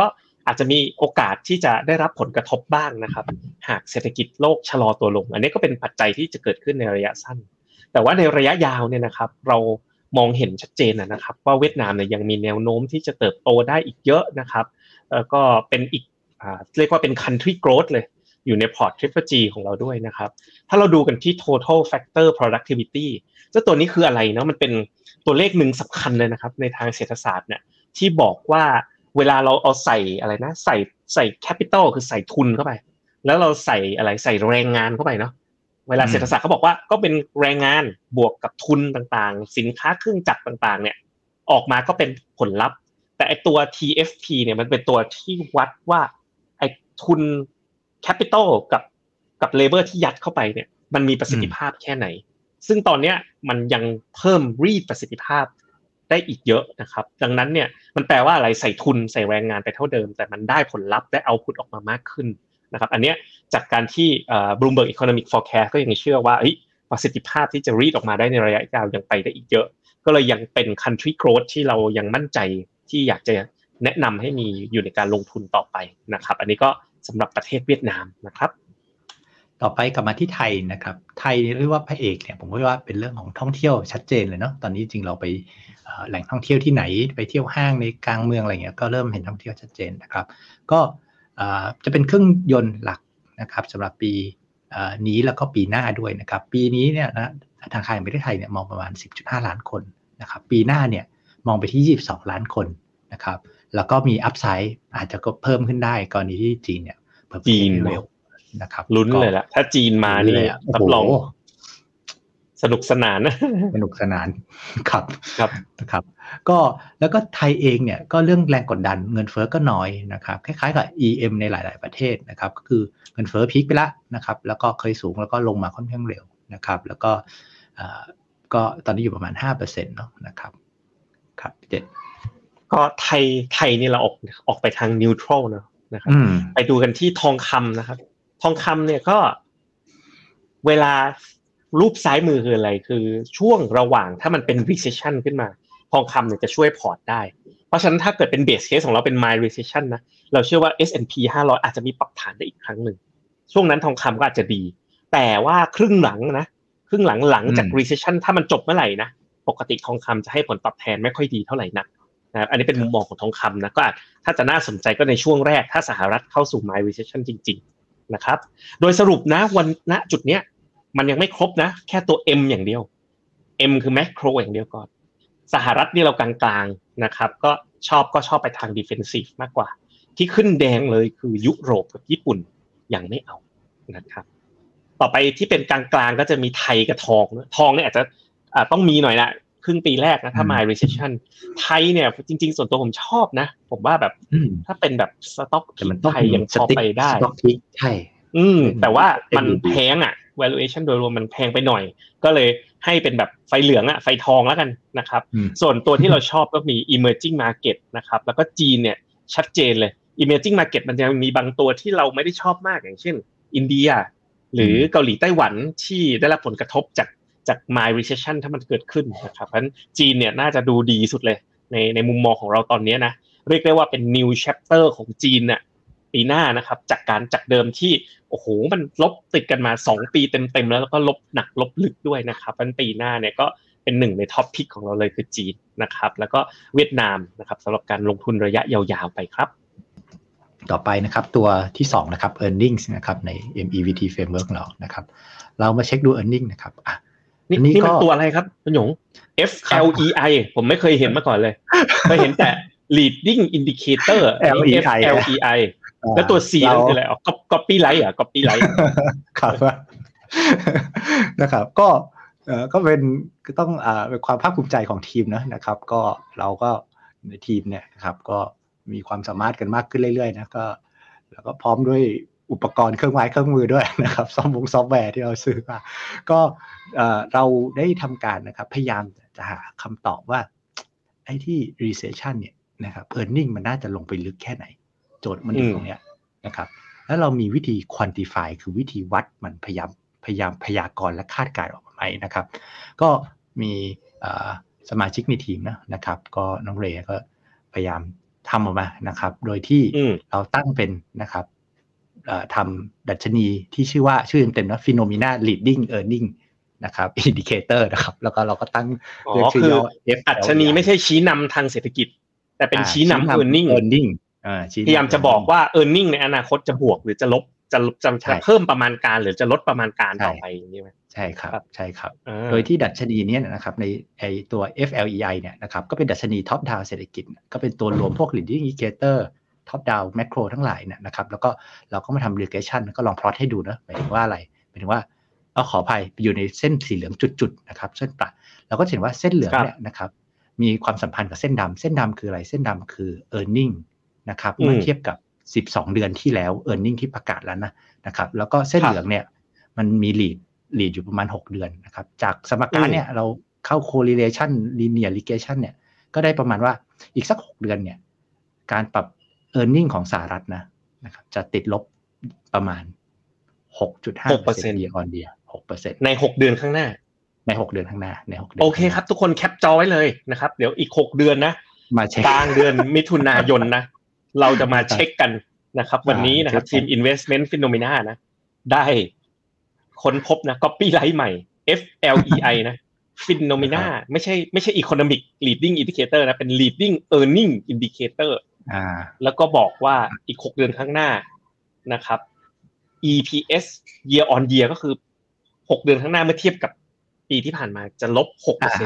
อาจจะมีโอกาสที่จะได้รับผลกระทบบ้างนะครับหากเศรษฐกิจโลกชะลอตัวลงอันนี้ก็เป็นปัจจัยที่จะเกิดขึ้นในระยะสั้นแต่ว่าในระยะยาวเนี่ยนะครับเรามองเห็นชัดเจนนะครับว่าเวียดนามเนี่ยยังมีแนวโน้มที่จะเติบโตได้อีกเยอะนะครับก็เป็นอีกเรียกว่าเป็น country growth เลยอยู่ในพอร์ต Triple G ของเราด้วยนะครับถ้าเราดูกันที่ total factor productivity เจ้าตัวนี้คืออะไรเนาะมันเป็นตัวเลขหนึ่งสำคัญเลยนะครับในทางเศรษฐศาสตร์เนี่ยที่บอกว่าเวลาเราเอาใส่อะไรนะใส่ capital คือใส่ทุนเข้าไปแล้วเราใส่อะไรใส่แรงงานเข้าไปเนาะเวลาเศรษฐศาสตร์เขาบอกว่าก็เป็นแรงงานบวกกับทุนต่างๆสินค้าเครื่องจักรต่างๆเนี่ยออกมาก็เป็นผลลัพธ์แต่ไอตัว TFP เนี่ยมันเป็นตัวที่วัดว่าไอทุน capital กับ labor ที่ยัดเข้าไปเนี่ยมันมีประสิทธิภาพแค่ไหนซึ่งตอนเนี้ยมันยังเพิ่มรีดประสิทธิภาพได้อีกเยอะนะครับดังนั้นเนี่ยมันแปลว่าอะไรใส่ทุนใส่แรงงานไปเท่าเดิมแต่มันได้ผลลัพธ์ได้เอาท์พุตออกมามากขึ้นนะครับอันเนี้ยจากการที่Bloomberg Economic Forecast ก็ยังเชื่อว่าประสิทธิภาพที่จะรีดออกมาได้ในระยะยาวยังไปได้อีกเยอะก็เลยยังเป็น country growth ที่เรายังมั่นใจที่อยากจะแนะนำให้มีอยู่ในการลงทุนต่อไปนะครับอันนี้ก็สำหรับประเทศเวียดนามนะครับต่อไปกลับมาที่ไทยนะครับไทยเรียกว่าพระเอกเนี่ยผมว่าเป็นเรื่องของท่องเที่ยวชัดเจนเลยเนาะตอนนี้จริงเราไปแหล่งท่องเที่ยวที่ไหนไปเที่ยวห้างในกลางเมืองอะไรเงี้ยก็เริ่มเห็นท่องเที่ยวชัดเจนนะครับก็จะเป็นเครื่องยนต์หลักนะครับสำหรับปีนี้แล้วก็ปีหน้าด้วยนะครับปีนี้เนี่ยนะธนาคารแห่งประเทศไทยเนี่ยมองประมาณ 10.5 ล้านคนนะครับปีหน้าเนี่ยมองไปที่22ล้านคนนะครับแล้วก็มีอัพไซด์อาจจะก็เพิ่มขึ้นได้กรณีที่จีนเนี่ยเพิ่มขึ้นเร็วนะครับลุ้นเลยล่ะถ้าจีนมานี่รับรองสนุกสนานสนุกสนานครับนะครับก็แล้วก็ไทยเองเนี่ยก็เรื่องแรงกดดันเงินเฟ้อก็น้อยนะครับคล้ายๆกับ EM ในหลายๆประเทศนะครับก็คือเงินเฟ้อพีคไปแล้วนะครับแล้วก็เคยสูงแล้วก็ลงมาค่อนข้างเร็วนะครับแล้วก็ตอนนี้อยู่ประมาณ 5% เนาะนะครับครับเจ็ดก็ไทยนี่เราออกไปทางนิวทรัลนะครับไปดูกันที่ทองคำนะครับทองคำเนี่ยก็เวลารูปซ้ายมือคืออะไรคือช่วงระหว่างถ้ามันเป็น recession ขึ้นมาทองคำเนี่ยจะช่วยพอร์ตได้เพราะฉะนั้นถ้าเกิดเป็น base case ของเราเป็น mild recession นะเราเชื่อว่า S&P 500อาจจะมีปรับฐานได้อีกครั้งหนึ่งช่วงนั้นทองคำก็อาจจะดีแต่ว่าครึ่งหลังหลังจาก recession ถ้ามันจบเมื่อไหร่นะปกติทองคำจะให้ผลตอบแทนไม่ค่อยดีเท่าไหร่นักนะอันนี้เป็นมุมมองของทองคำนะก็ถ้าจะน่าสนใจก็ในช่วงแรกถ้าสหรัฐเข้าสู่ mild recession จริงๆนะครับโดยสรุปนะณจุดเนี้ยมันยังไม่ครบนะแค่ตัว M อย่างเดียว M คือ macro อย่างเดียวก่อนสหรัฐนี่เรากลางๆนะครับก็ชอบไปทาง defensive มากกว่าที่ขึ้นแดงเลยคือยุโรปกับญี่ปุ่นยังไม่เอานะครับต่อไปที่เป็นกลางๆก็จะมีไทยกับทองเนี่ยอาจจะต้องมีหน่อยละครึ่งปีแรกนะถ้า mild recession ไทยเนี่ยจริงๆส่วนตัวผมชอบนะผมว่าแบบถ้าเป็นแบบสต็อกไทยยังพอไปได้ใช่แต่ว่ามันแพงvaluation โดยรวมมันแพงไปหน่อยก็เลยให้เป็นแบบไฟเหลืองไฟทองแล้วกันนะครับส่วนตัวที่เราชอบก็มี emerging market นะครับแล้วก็จีนเนี่ยชัดเจนเลย emerging market มันจะมีบางตัวที่เราไม่ได้ชอบมากอย่างเช่นอินเดียหรือเกาหลีไต้หวันที่ได้รับผลกระทบจาก mild recession ถ้ามันเกิดขึ้นนะครับเพราะฉะนั้นจีนเนี่ยน่าจะดูดีสุดเลยในมุมมองของเราตอนนี้นะเรียกได้ว่าเป็น new chapter ของจีนน่ะปีหน้านะครับจากเดิมที่โอ้โหมันลบติดกันมา2ปีเต็มๆแล้วก็ลบหนักลบลึกด้วยนะครับวันปีหน้าเนี่ยก็เป็นหนึ่งในท็อปพิกของเราเลยคือจีนนะครับแล้วก็เวียดนามนะครับสำหรับการลงทุนระยะยาวๆไปครับต่อไปนะครับตัวที่2นะครับ earnings นะครับใน MEVT framework เรานะครับเรามาเช็คดู earning นะครับนี่มันตัวอะไรครับคุณหยง FLEI ผมไม่เคยเห็นมาก่อนเลยเคยเห็นแต่ leading indicator FLEI แล้วตัว C นั่นคืออะไรcopyright copyright ครับนะครับก็เป็นต้องเป็นความภาคภูมิใจของทีมนะครับก็เราก็ในทีมเนี่ยนะครับก็มีความสามารถกันมากขึ้นเรื่อยๆนะก็แล้วก็พร้อมด้วยอุปกรณ์เครื่องไม้เครื่องมือด้วยนะครับซอฟต์แวร์ที่เราซื้อมาก็เราได้ทำการนะครับพยายามจะหาคำตอบว่าไอ้ที่ recession เนี่ยนะครับ earning มันน่าจะลงไปลึกแค่ไหนโจทย์มันอยู่ตรงเนี้ยนะครับแล้วเรามีวิธี quantify คือวิธีวัดมันพยายามพยากรณ์และคาดการณ์ออกมาไหมนะครับก็มีสมาชิกในทีมนะครับก็น้องเรย์ก็พยายามทำออกมานะครับโดยที่ เราตั้งเป็นนะครับทำดัชนีที่ชื่อเต็มๆนะ Phenomena Leading Earning นะครับ Indicator นะครับแล้วก็เราก็ตั้งเรียกชื่อย่อดัชนีไม่ใช่ชี้นำทางเศรษฐกิจแต่เป็นชี้นำ earning พยายามจะบอกว่า earning ในอนาคตจะบวกหรือจะลบจะเพิ่มประมาณการหรือจะลดประมาณการต่อไปอย่างนี้ไหมใช่ครับโดยที่ดัชนีนี้นะครับในไอตัว FLEI เนี่ยนะครับก็เป็นดัชนี top down เศรษฐกิจก็เป็นตัวรวมพวก leading indicator top down macro ทั้งหลายเนี่ยนะครับแล้วก็เราก็มาทำ regression ก็ลอง plot ให้ดูนะหมายถึงว่าอะไรหมายถึงว่าขออภัยอยู่ในเส้นสีเหลืองจุดๆนะครับเส้นประเราก็เห็นว่าเส้นเหลืองเนี่ยนะครับมีความสัมพันธ์กับเส้นดำคืออะไรเส้นดำคือ earning นะครับเมื่อเทียบกับ12เดือนที่แล้ว earning ที่ประกาศแล้วนะครับแล้วก็เส้นเหลืองเนี่ยมันมี lead อยู่ประมาณ6เดือนนะครับจากสมการเนี่ยเราเข้า correlation linear regression เนี่ยก็ได้ประมาณว่าอีกสัก6เดือนเนี่ยการปรับ earning ของสหรัฐนะครับจะติดลบประมาณ 6.5% year on year 6% ใน6เดือนข้างหน้าใน6เดือนข้างหน้าใน6เดือนโอเคครับทุกคนแคปจอไว้เลยนะครับเดี๋ยวอีก6เดือนนะมาเช็คกลางเดือนมิถุนายนนะเราจะมาเช็คกันนะครับวันนี้นะครับทีม Investment Phenomena นะได้ค้นพบนะ copyright ใหม่ FLEI นะ Phenomena ไม่ใช่ Economic Leading Indicator นะเป็น Leading Earning Indicator แล้วก็บอกว่าอีก6เดือนข้างหน้านะครับ EPS year on year ก็คือ6เดือนข้างหน้าเมื่อเทียบกับปีที่ผ่านมาจะลบ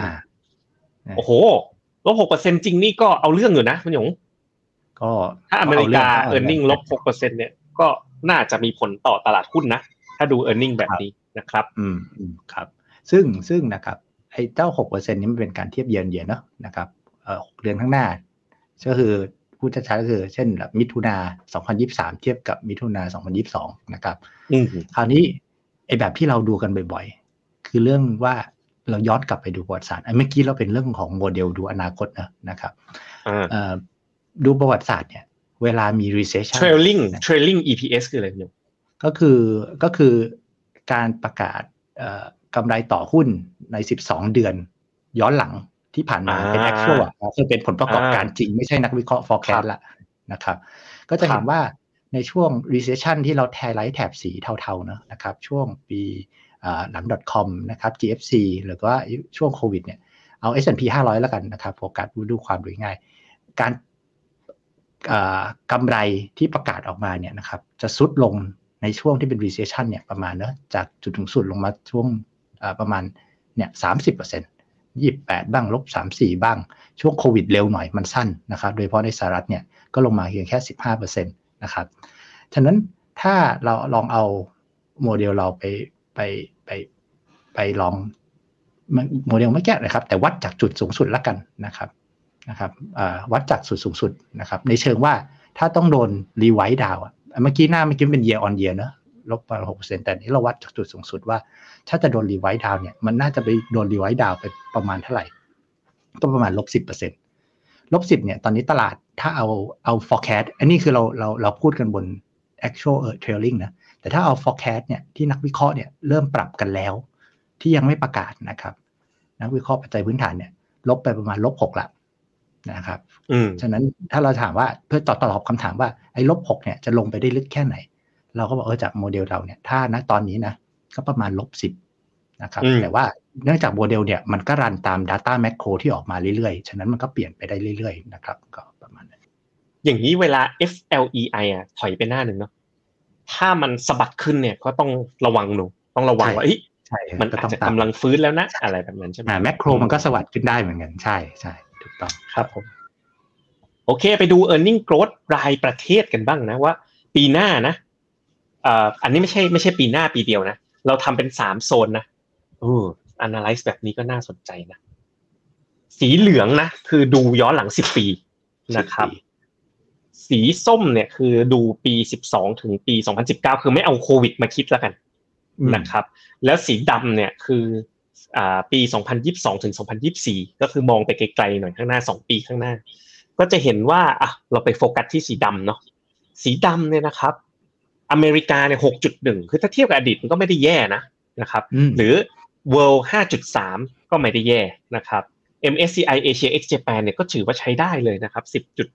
6% โอ้โหลบ 6% จริงนี่ก็เอาเรื่องอยู่นะคุณหยงก็ถ้าอเมริกา earning ลบ 6% เนี่ยก็น่าจะมีผลต่อตลาดหุ้นนะถ้าดู earning แบบนี้นะครับครับซึ่งนะครับไอ้เจ้า 6% นี้มันเป็นการเทียบเยือนเนาะนะครับ6เดือนข้างหน้าก็คือพูดชัดๆก็คือเช่นแบบมิถุนา2023เทียบกับมิถุนา2022นะครับคราวนี้ไอ้แบบที่เราดูกันบ่อยๆคือเรื่องว่าเราย้อนกลับไปดูประวัติศาสตร์เมื่อกี้เราเป็นเรื่องของโมเดลดูอนาคตนะครับดูประวัติศาสตร์เนี่ยเวลามี recession trailing EPS คืออะไรเนี่ยก็คือการประกาศกำไรต่อหุ้นใน12เดือนย้อนหลังที่ผ่านมาเป็น actual คือเป็นผลประกอบการจริงไม่ใช่นักวิเคราะห์ forecast ละนะครับก็จะเห็นว่าในช่วง recession ที่เราไฮไลท์แถบสีเทาๆนะครับช่วงปีหลัง .com นะครับ GFC หรือว่าช่วงโควิดเนี่ยเอา S&P 500แล้วกันนะครับโฟกัสดูความง่ายการกำไรที่ประกาศออกมาเนี่ยนะครับจะซุดลงในช่วงที่เป็น recession เนี่ยประมาณจากจุดสูงสุดลงมาช่วงประมาณเนี่ย 30% 28บ้าง-34บ้างช่วงโควิดเร็วหน่อยมันสั้นนะครับโดยเฉพาะในสหรัฐเนี่ยก็ลงมาเพียงแค่ 15% นะครับฉะนั้นถ้าเราลองเอาโมเดลเราไปลองโมเดลไม่แก้นะครับแต่วัดจากจุดสูงสุดละกันนะครับวัดจากจุดสูงสุดนะครับในเชิงว่าถ้าต้องโดนรีไวซ์ดาวน์เมื่อกี้เป็น year on year นะลบประมาณ 6% แต่นี้เราวัดจากจุดสูงสุดว่าถ้าจะโดนรีไวซ์ดาวน์เนี่ยมันน่าจะไปโดนรีไวซ์ดาวน์ไปประมาณเท่าไหร่ก็ประมาณ -10% -10เนี่ยตอนนี้ตลาดถ้าเอา forecast อันนี้คือเราพูดกันบน actual trailing นะแต่ถ้าเอา forecast เนี่ยที่นักวิเคราะห์เนี่ยเริ่มปรับกันแล้วที่ยังไม่ประกาศนะครับนักวิเคราะห์ปัจจัยพื้นฐานเนี่ยลบไปประมาณ-6ละนะครับฉะนั้นถ้าเราถามว่าเพื่อตอบคำถามว่าไอ้-6เนี่ยจะลงไปได้ลึกแค่ไหนเราก็บอกจากโมเดลเราเนี่ยถ้าณตอนนี้นะก็ประมาณ-10นะครับแต่ว่าเนื่องจากโมเดลเนี่ยมันก็รันตาม data macro ที่ออกมาเรื่อยๆฉะนั้นมันก็เปลี่ยนไปได้เรื่อยๆนะครับก็ประมาณนั้นอย่างนี้เวลา FLEI ถอยไปหน้านึงเนาะถ้ามันสะบัดขึ้นเนี่ยก็ต้องระวังหนูต้องระวังว่ามันอาจจะกำลังฟื้นแล้วนะอะไรแบบนั้นใช่ไหมแมคโครมันก็สวัสดขึ้นได้เหมือนกันใช่ถูกต้องครับผมโอเคไปดู earning growth รายประเทศกันบ้างนะว่าปีหน้านะอันนี้ไม่ใช่ปีหน้าปีเดียวนะเราทำเป็น3โซนนะanalyze แบบนี้ก็น่าสนใจนะสีเหลืองนะคือดูย้อนหลัง10ปีนะครับสีส้มเนี่ยคือดูปี12ถึงปี2019คือไม่เอาโควิดมาคิดแล้วกันนะครับแล้วสีดำเนี่ยคือปี2022ถึง2024ก็คือมองไปไกลๆหน่อยข้างหน้า2ปีข้างหน้าก็จะเห็นว่าเราไปโฟกัสที่สีดำเนาะสีดำเนี่ยนะครับอเมริกาเนี่ย 6.1 คือถ้าเทียบกับอดีตมันก็ไม่ได้แย่นะครับหรือ World 5.3 ก็ไม่ได้แย่นะครับ MSCI Asia Ex Japan เนี่ยก็ถือว่าใช้ได้เลยนะครับ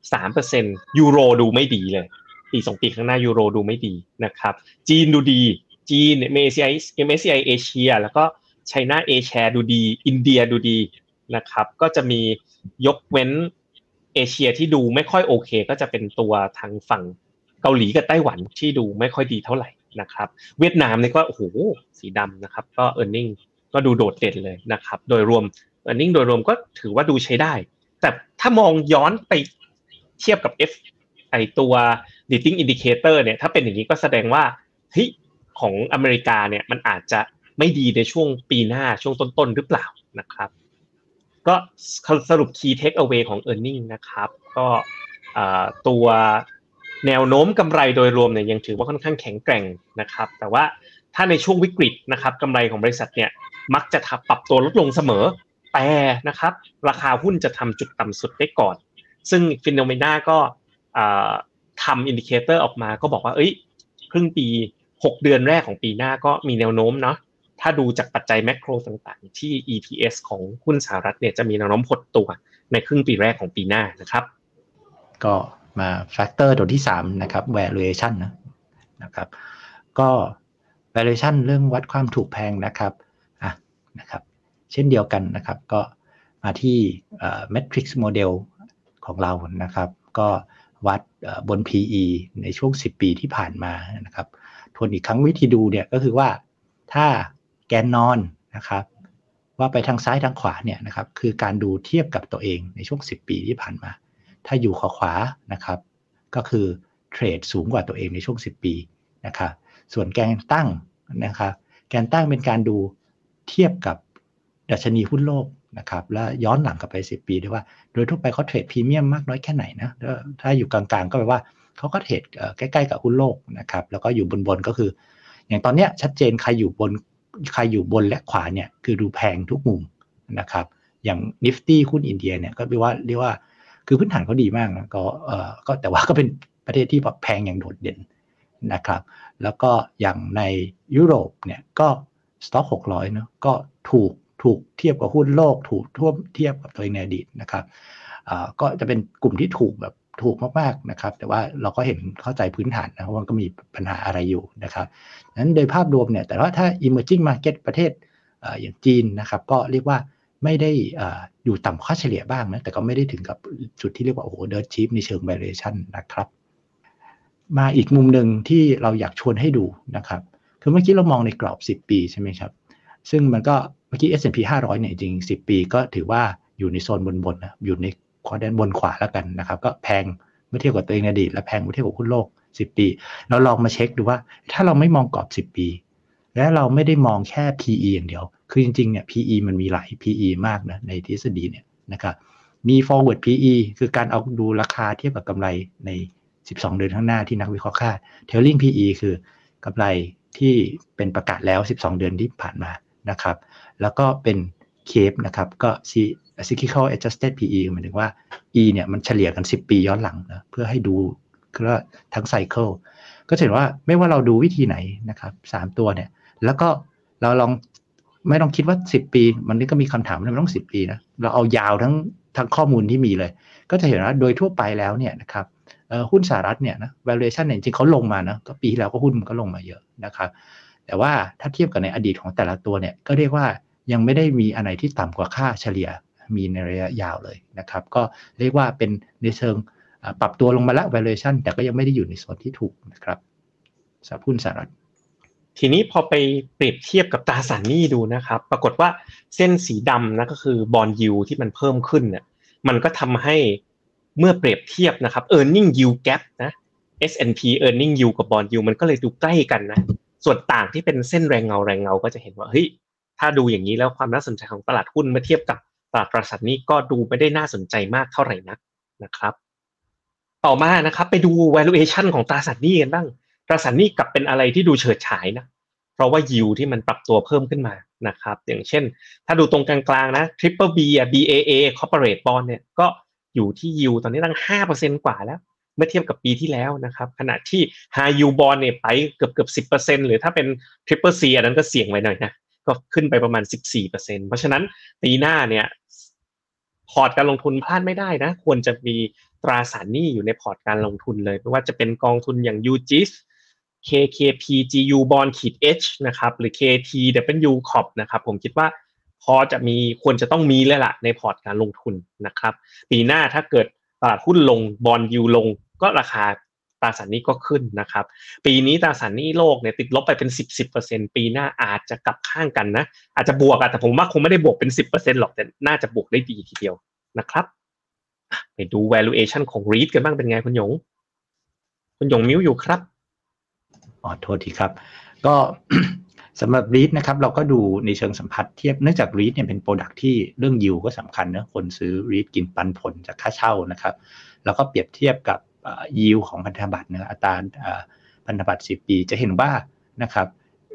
3%ยูโรดูไม่ดีเลยปี2ปีข้างหน้ายูโรดูไม่ดีนะครับจีนดูดีจีน MSCI เอเชียแล้วก็ China A Share ดูดีอินเดียดูดีนะครับก็จะมียกเว้นเอเชียที่ดูไม่ค่อยโอเคก็จะเป็นตัวทางฝั่งเกาหลีกับไต้หวันที่ดูไม่ค่อยดีเท่าไหร่นะครับเวียดนามนี่ก็โอ้โหสีดำนะครับก็ earning ก็ดูโดดเด่นเลยนะครับโดยรวม earning โดยรวมก็ถือว่าดูใช้ได้แต่ถ้ามองย้อนไปเทียบกับ ไอตัว leading indicator เนี่ยถ้าเป็นอย่างนี้ก็แสดงว่าเฮ้ยของอเมริกาเนี่ยมันอาจจะไม่ดีในช่วงปีหน้าช่วงต้นๆหรือเปล่านะครับก็สรุป key take away ของ earning นะครับก็ตัวแนวโน้มกำไรโดยรวมเนี่ยยังถือว่าค่อนข้างแข็งแกร่งนะครับแต่ว่าถ้าในช่วงวิกฤตนะครับกำไรของบริษัทเนี่ยมักจะปรับตัวลดลงเสมอแต่นะครับราคาหุ้นจะทำจุดต่ำสุดได้ก่อนซึ่ง Phenomena ก็ทำอินดิเคเตอร์ออกมาก็บอกว่าครึ่งปี6เดือนแรกของปีหน้าก็มีแนวโน้มเนาะถ้าดูจากปัจจัยแมคโครต่างๆที่ EPS ของหุ้นสหรัฐเนี่ยจะมีแนวโน้มหดตัวในครึ่งปีแรกของปีหน้านะครับก็มาแฟกเตอร์ตัวที่3นะครับ valuation นะครับก็ valuation เรื่องวัดความถูกแพงนะครับนะครับเช่นเดียวกันนะครับก็มาที่matrix model ของเรานะครับก็วัดบน PE ในช่วง10ปีที่ผ่านมานะครับทวนอีกครั้งวิธีดูเนี่ยก็คือว่าถ้าแกนนอนนะครับว่าไปทางซ้ายทางขวาเนี่ยนะครับคือการดูเทียบกับตัวเองในช่วง10ปีที่ผ่านมาถ้าอยู่ขวานะครับก็คือเทรดสูงกว่าตัวเองในช่วง10ปีนะครับส่วนแกนตั้งนะครับแกนตั้งเป็นการดูเทียบกับดัชนีหุ้นโลกนะครับแล้วย้อนหลังกลับไป10ปีด้วยว่าโดยทั่วไปเขาเทรดพรีเมียมมากน้อยแค่ไหนนะถ้าอยู่กลางๆก็แปลว่าเขาก็เทรดใกล้ๆกับหุ้นโลกนะครับแล้วก็อยู่บนๆก็คืออย่างตอนเนี้ยชัดเจนใครอยู่บนและขวาเนี่ยคือดูแพงทุกมุมนะครับอย่าง Nifty หุ้นอินเดียเนี่ยก็เรียกว่าคือพื้นฐานเขาดีมากนะก็แต่ว่าก็เป็นประเทศที่แบบแพงอย่างโดดเด่นนะครับแล้วก็อย่างในยุโรปเนี่ยก็สต็อก600เนาะก็ถูกเทียบกับหุ้นโลกถูกเทียบกับตัวเองในอดีตนะครับก็จะเป็นกลุ่มที่ถูกมากๆนะครับแต่ว่าเราก็เห็นเข้าใจพื้นฐานนะว่าก็มีปัญหาอะไรอยู่นะครับนั้นโดยภาพรวมเนี่ยแต่ว่าถ้า emerging market ประเทศอย่างจีนนะครับก็เรียกว่าไม่ได้อยู่ต่ำค่าเฉลี่ยบ้างนะแต่ก็ไม่ได้ถึงกับจุดที่เรียกว่าโอ้โห dirt cheap ในเชิง valuation นะครับมาอีกมุมหนึ่งที่เราอยากชวนให้ดูนะครับคือเมื่อกี้เรามองในกรอบ10ปีใช่ไหมครับซึ่งมันก็เมื่อกี้ S&P 500เนี่ยจริง10ปีก็ถือว่าอยู่ในโซนบนๆนะอยู่ในควอดแดนบนขวาแล้วกันนะครับก็แพงเมื่อเทียบกับตัวเองในอดีตและแพงเมื่อเทียบกับหุ้นโลก10ปีเราลองมาเช็คดูว่าถ้าเราไม่มองกรอบ10ปีและเราไม่ได้มองแค่ PE อย่างเดียวคือจริงๆเนี่ย PE มันมีหลาย PE มากนะในทฤษฎีเนี่ยนะครับมี forward PE คือการเอาดูราคาเทียบกับกำไรใน12เดือนข้างหน้าที่นักวิเคราะห์คาด trailing PE คือกำไรที่เป็นประกาศแล้ว12เดือนที่ผ่านมานะครับแล้วก็เป็น CAPE นะครับก็ cyclical adjusted PE หมายถึงว่า E เนี่ยมันเฉลี่ยกัน10ปีย้อนหลังนะเพื่อให้ดูคือว่าทั้งไซเคิลก็เห็นว่าไม่ว่าเราดูวิธีไหนนะครับ3ตัวเนี่ยแล้วก็เราลองไม่ต้องคิดว่า10ปีมันนี่ก็มีคำถามว่ามันต้อง10ปีนะเราเอายาวทั้งข้อมูลที่มีเลยก็จะเห็นว่าโดยทั่วไปแล้วเนี่ยนะครับหุ้นสหรัฐเนี่ยนะ valuation เนี่ยจริงเขาลงมานะก็ปีที่แล้วก็หุ้นมันก็ลงมาเยอะนะครับแต่ว่าถ้าเทียบกับในอดีตของแต่ละตัวเนี่ยก็เรียกว่ายังไม่ได้มีอะไรที่ต่ำกว่าค่าเฉลี่ยมีในระยะยาวเลยนะครับก็เรียกว่าเป็นในเชิงปรับตัวลงมาแล้ว valuation แต่ก็ยังไม่ได้อยู่ในโซนที่ถูกนะครับสำหรับหุ้นสหรัฐทีนี้พอไปเปรียบเทียบกับตราสารหนี้ดูนะครับปรากฏว่าเส้นสีดำนะก็คือบอนด์ยิลด์ที่มันเพิ่มขึ้นเนี่ยมันก็ทำให้เมื่อเปรียบเทียบนะครับ earning yield gap นะ S&P earning yield กับบอนด์ยิลด์มันก็เลยดูใกล้กันนะส่วนต่างที่เป็นเส้นแรงเงาก็จะเห็นว่าเฮ้ยถ้าดูอย่างนี้แล้วความน่าสนใจของตลาดหุ้นเมื่อเทียบกับตลาดตราสารหนี้ก็ดูไม่ได้น่าสนใจมากเท่าไหร่นักนะครับต่อมานะครับไปดู valuation ของตราสารหนี้กันบ้างตราสารหนี้กลับเป็นอะไรที่ดูเฉิดฉายนะเพราะว่า yield ที่มันปรับตัวเพิ่มขึ้นมานะครับอย่างเช่นถ้าดูตรงกลางๆนะ Triple B BAA Corporate Bond เนี่ยก็อยู่ที่ yield ตอนนี้ตั้ง 5% กว่าแล้วเมื่อเทียบกับปีที่แล้วนะครับขณะที่ High Yield Bond เนี่ยไปเกือบ 10% หรือถ้าเป็น Triple C อันนั้นก็เสี่ยงไว้หน่อยนะก็ขึ้นไปประมาณ 14% เพราะฉะนั้นปีหน้าเนี่ยพอร์ตการลงทุนพลาดไม่ได้นะควรจะมีตราสารหนี้อยู่ในพอร์ตการลงทุนเลยไม่ว่าจะเป็นกองทุนอย่าง UGIS KKP GU Bond-H นะครับหรือ KTW Corp นะครับผมคิดว่าพอจะมีควรจะต้องมีแล้วล่ะในพอร์ตการลงทุนนะครับปีหน้าถ้าเกิดตลาดหุ้นลงบอนด์ยิลด์ลงก็ราคาตราสารหนี้ก็ขึ้นนะครับปีนี้ตราสารหนี้โลกเนี่ยติดลบไปเป็น 10% ปีหน้าอาจจะกลับข้างกันนะอาจจะบวกแต่ผมว่าคงไม่ได้บวกเป็น 10% หรอกแต่น่าจะบวกได้ดีทีเดียวนะครับไปดู valuation ของ REIT กันบ้างเป็นไงคุณหยงมิ้วอยู่ครับโทษทีครับก็ สำหรับ REIT นะครับเราก็ดูในเชิงสัมพัทธ์เทียบเนื่องจาก REIT เนี่ยเป็น product ที่เรื่อง yield ก็สำคัญนะคนซื้อ REIT กินปันผลจากค่าเช่านะครับแล้วก็เปรียบเทียบกับyield ของพันธบัตรนะอัตราพันธบัตร10 ปีจะเห็นว่านะครับ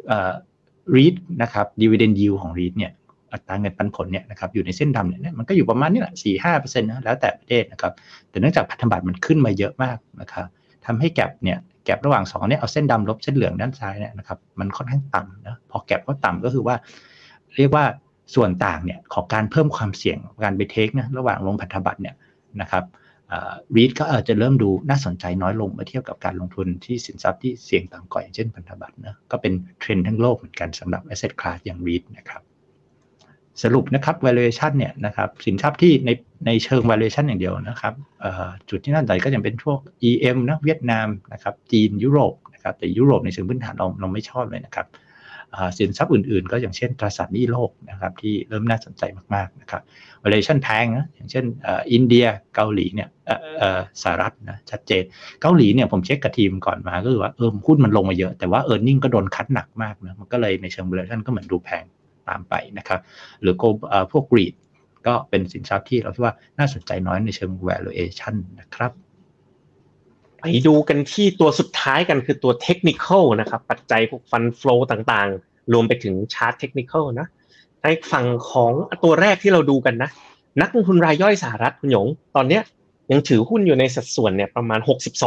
REIT นะครับ dividend yield ของ REIT เนี่ยอัตราเงินปันผลเนี่ยนะครับอยู่ในเส้นดำเนี่ยมันก็อยู่ประมาณนี้แหละ 4-5% นะแล้วแต่ประเทศนะครับแต่เนื่องจากพันธบัตรมันขึ้นมาเยอะมากนะครับทำให้แก็บระหว่าง2เนี่ยเอาเส้นดำลบเส้นเหลืองด้านซ้ายเนี่ยนะครับมันค่อนข้างต่ำนะพอแก็บก็ต่ำก็คือว่าเรียกว่าส่วนต่างเนี่ยของการเพิ่มความเสี่ยงการไปเทคนะระหว่างลงพันธบัตรเนี่ยนะครับREIT ก็อาจจะเริ่มดูน่าสนใจน้อยลงเมื่อเทียบกับการลงทุนที่สินทรัพย์ที่เสี่ยงต่ำกว่าอย่างเช่นพันธบัตรนะก็เป็นเทรนด์ทั้งโลกเหมือนกันสำหรับ asset class อย่าง REIT นะครับสรุปนะครับ valuation เนี่ยนะครับสินทรัพย์ที่ในเชิง valuation อย่างเดียวนะครับจุดที่น่าสนใจก็จะเป็นพวก EM นะเวียดนามนะครับจีนยุโรปนะครับแต่ยุโรปในเชิงพื้นฐานเราไม่ชอบเลยนะครับสินทรัพย์อื่นๆก็อย่างเช่นตราสารหนี้โลกนะครับที่เริ่มน่าสนใจมากๆนะครับ valuation แพงนะอย่างเช่นอินเดียเกาหลีเนี่ยสหรัฐนะชัดเจนเกาหลีเนี่ยผมเช็คกับทีมก่อนมาก็คือว่าหุ้นมันลงมาเยอะแต่ว่า earning ก็โดนคัดหนักมากนะมันก็เลยในเชิง valuation ก็เหมือนดูแพงตามไปนะครับหรือพวก REIT ก็เป็นสินทรัพย์ที่เราคิดว่าน่าสนใจน้อยในเชิง valuation นะครับไปดูกันที่ตัวสุดท้ายกันคือตัว technical นะครับปัจจัยพวก fund flow ต่างๆรวมไปถึง chart technical นะในฝั่งของตัวแรกที่เราดูกันนะนักลงทุนรายย่อยสหรัฐคุณหยงตอนนี้ยังถือหุ้นอยู่ในสัดส่วนเนี่ยประมาณ